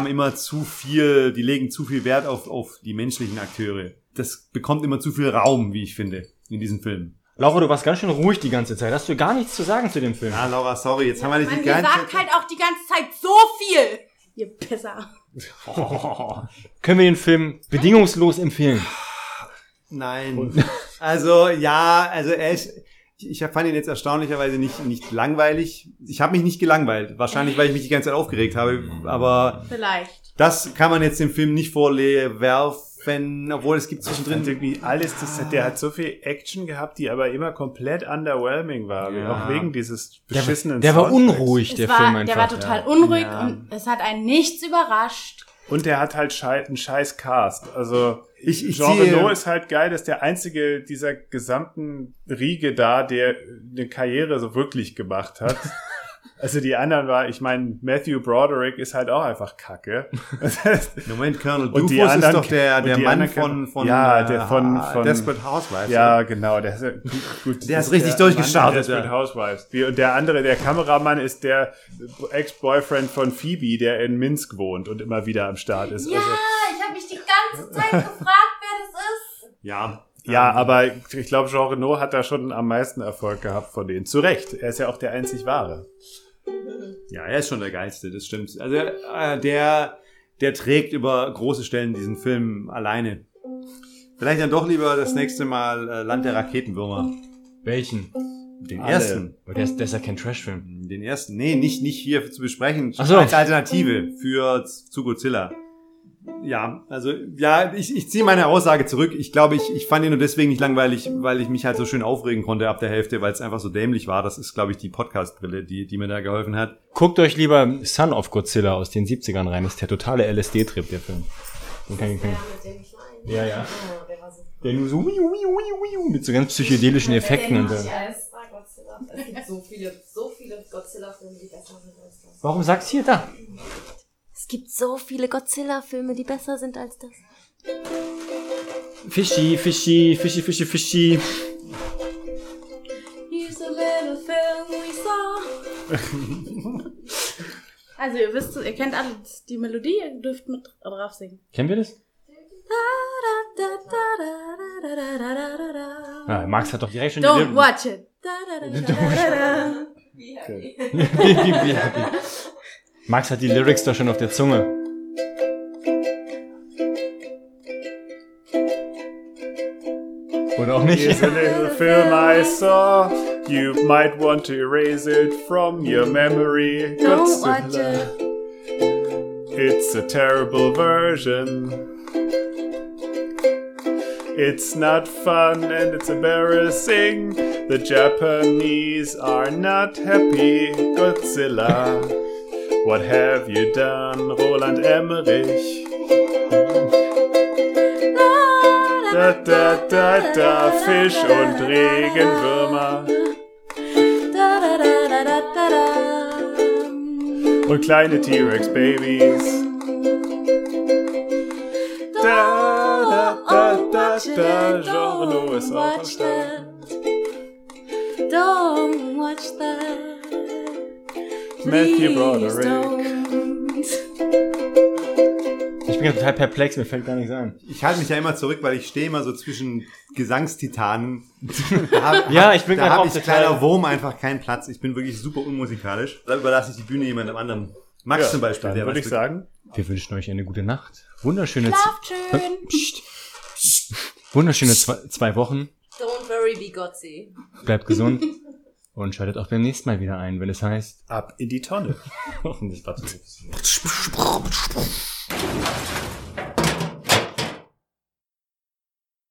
legen zu viel Wert auf die menschlichen Akteure. Das bekommt immer zu viel Raum, wie ich finde, in diesen Filmen. Laura, du warst ganz schön ruhig die ganze Zeit. Hast du gar nichts zu sagen zu dem Film? Ja, Laura, sorry, jetzt haben wir nicht die Ihr ganze sagt halt auch die ganze Zeit so viel. Ihr Pisser. Können wir den Film bedingungslos empfehlen? Nein. Also, ich fand ihn jetzt erstaunlicherweise nicht langweilig. Ich habe mich nicht gelangweilt. Wahrscheinlich, weil ich mich die ganze Zeit aufgeregt habe. Aber Vielleicht. das kann man jetzt dem Film nicht vorwerfen, obwohl es gibt zwischendrin irgendwie alles, der hat so viel Action gehabt, die aber immer komplett underwhelming war. Ja. Auch wegen dieses beschissenen Der war Soundtracks. unruhig, der Film einfach. Der war total unruhig Ja. und es hat einen nichts überrascht. Und der hat halt einen scheiß Cast. Also Ich Jean ziehe- Reno ist halt geil, dass der einzige dieser gesamten Riege da, der eine Karriere so wirklich gemacht hat. Also die anderen Matthew Broderick ist halt auch einfach Kacke. Moment, Colonel Und die Dufus anderen- ist doch der und die Mann anderen- von ja, der von Desperate Housewives. Ja, genau. Der ist gut. Der ist richtig durchgestartet, Desperate ja. Housewives. Und der andere, der Kameramann, ist der Ex-Boyfriend von Phoebe, der in Minsk wohnt und immer wieder am Start ist. Ja, Also, ich habe mich die ganze Zeit gefragt, wer das ist. Ja. ja, aber ich glaube, Jean Reno hat da schon am meisten Erfolg gehabt von denen. Zu Recht. Er ist ja auch der einzig Wahre. Ja, er ist schon der Geilste, das stimmt. Also der trägt über große Stellen diesen Film alleine. Vielleicht dann doch lieber das nächste Mal Land der Raketenwürmer. Welchen? Den Alle. ersten. Aber der ist ja kein Trashfilm. Den ersten. Nee, nicht hier zu besprechen. Ach so. Als Alternative zu Godzilla. Ja, also, ja, ich ziehe meine Aussage zurück. Ich glaube, ich fand ihn nur deswegen nicht langweilig, weil ich mich halt so schön aufregen konnte ab der Hälfte, weil es einfach so dämlich war. Das ist, glaube ich, die Podcast-Brille, die mir da geholfen hat. Guckt euch lieber Son of Godzilla aus den 70ern rein. Das ist der totale LSD-Trip, der Film. Den kann ich. Ja, ja. Der nur so mit so ganz psychedelischen Effekten und Es gibt so viele Godzilla-Filme, die besser sind als das. Warum sagst du hier da? Es gibt so viele Godzilla-Filme, die besser sind als das. Fischi. Here's a little film we saw. Also ihr kennt alle die Melodie, ihr dürft mit drauf singen. Kennen wir das? Ja, Max hat doch direkt schon Don't watch it. Max hat die Lyrics doch schon auf der Zunge. Oder auch nicht? Here's a little film I saw. You might want to erase it from your memory. Don't watch Godzilla. it. It's a terrible version. It's not fun and it's embarrassing. The Japanese are not happy. Godzilla, what have you done, Roland Emmerich? Da, da, da, da, Fisch und Regenwürmer. Und kleine T-Rex-Babys. Da, da, da, da, Genre ist auch am Start. Don't watch that. Matthew Broderick. Ich bin ja total perplex, mir fällt gar nichts ein. Ich halte mich ja immer zurück, weil ich stehe immer so zwischen Gesangstitanen. Ja, ich bin Da gerade habe auch ich total... kleiner Wurm einfach keinen Platz. Ich bin wirklich super unmusikalisch. Da überlasse ich die Bühne jemandem anderen. Max zum Beispiel. Dann der würde weiß ich sagen, Wir wünschen euch eine gute Nacht. Wunderschöne... Schlaft schön. Psst. Wunderschöne 2 Wochen. Don't worry, Bigotzi. Bleibt gesund. Und schaltet auch beim nächsten Mal wieder ein, wenn es heißt... ab in die Tonne. Das war zu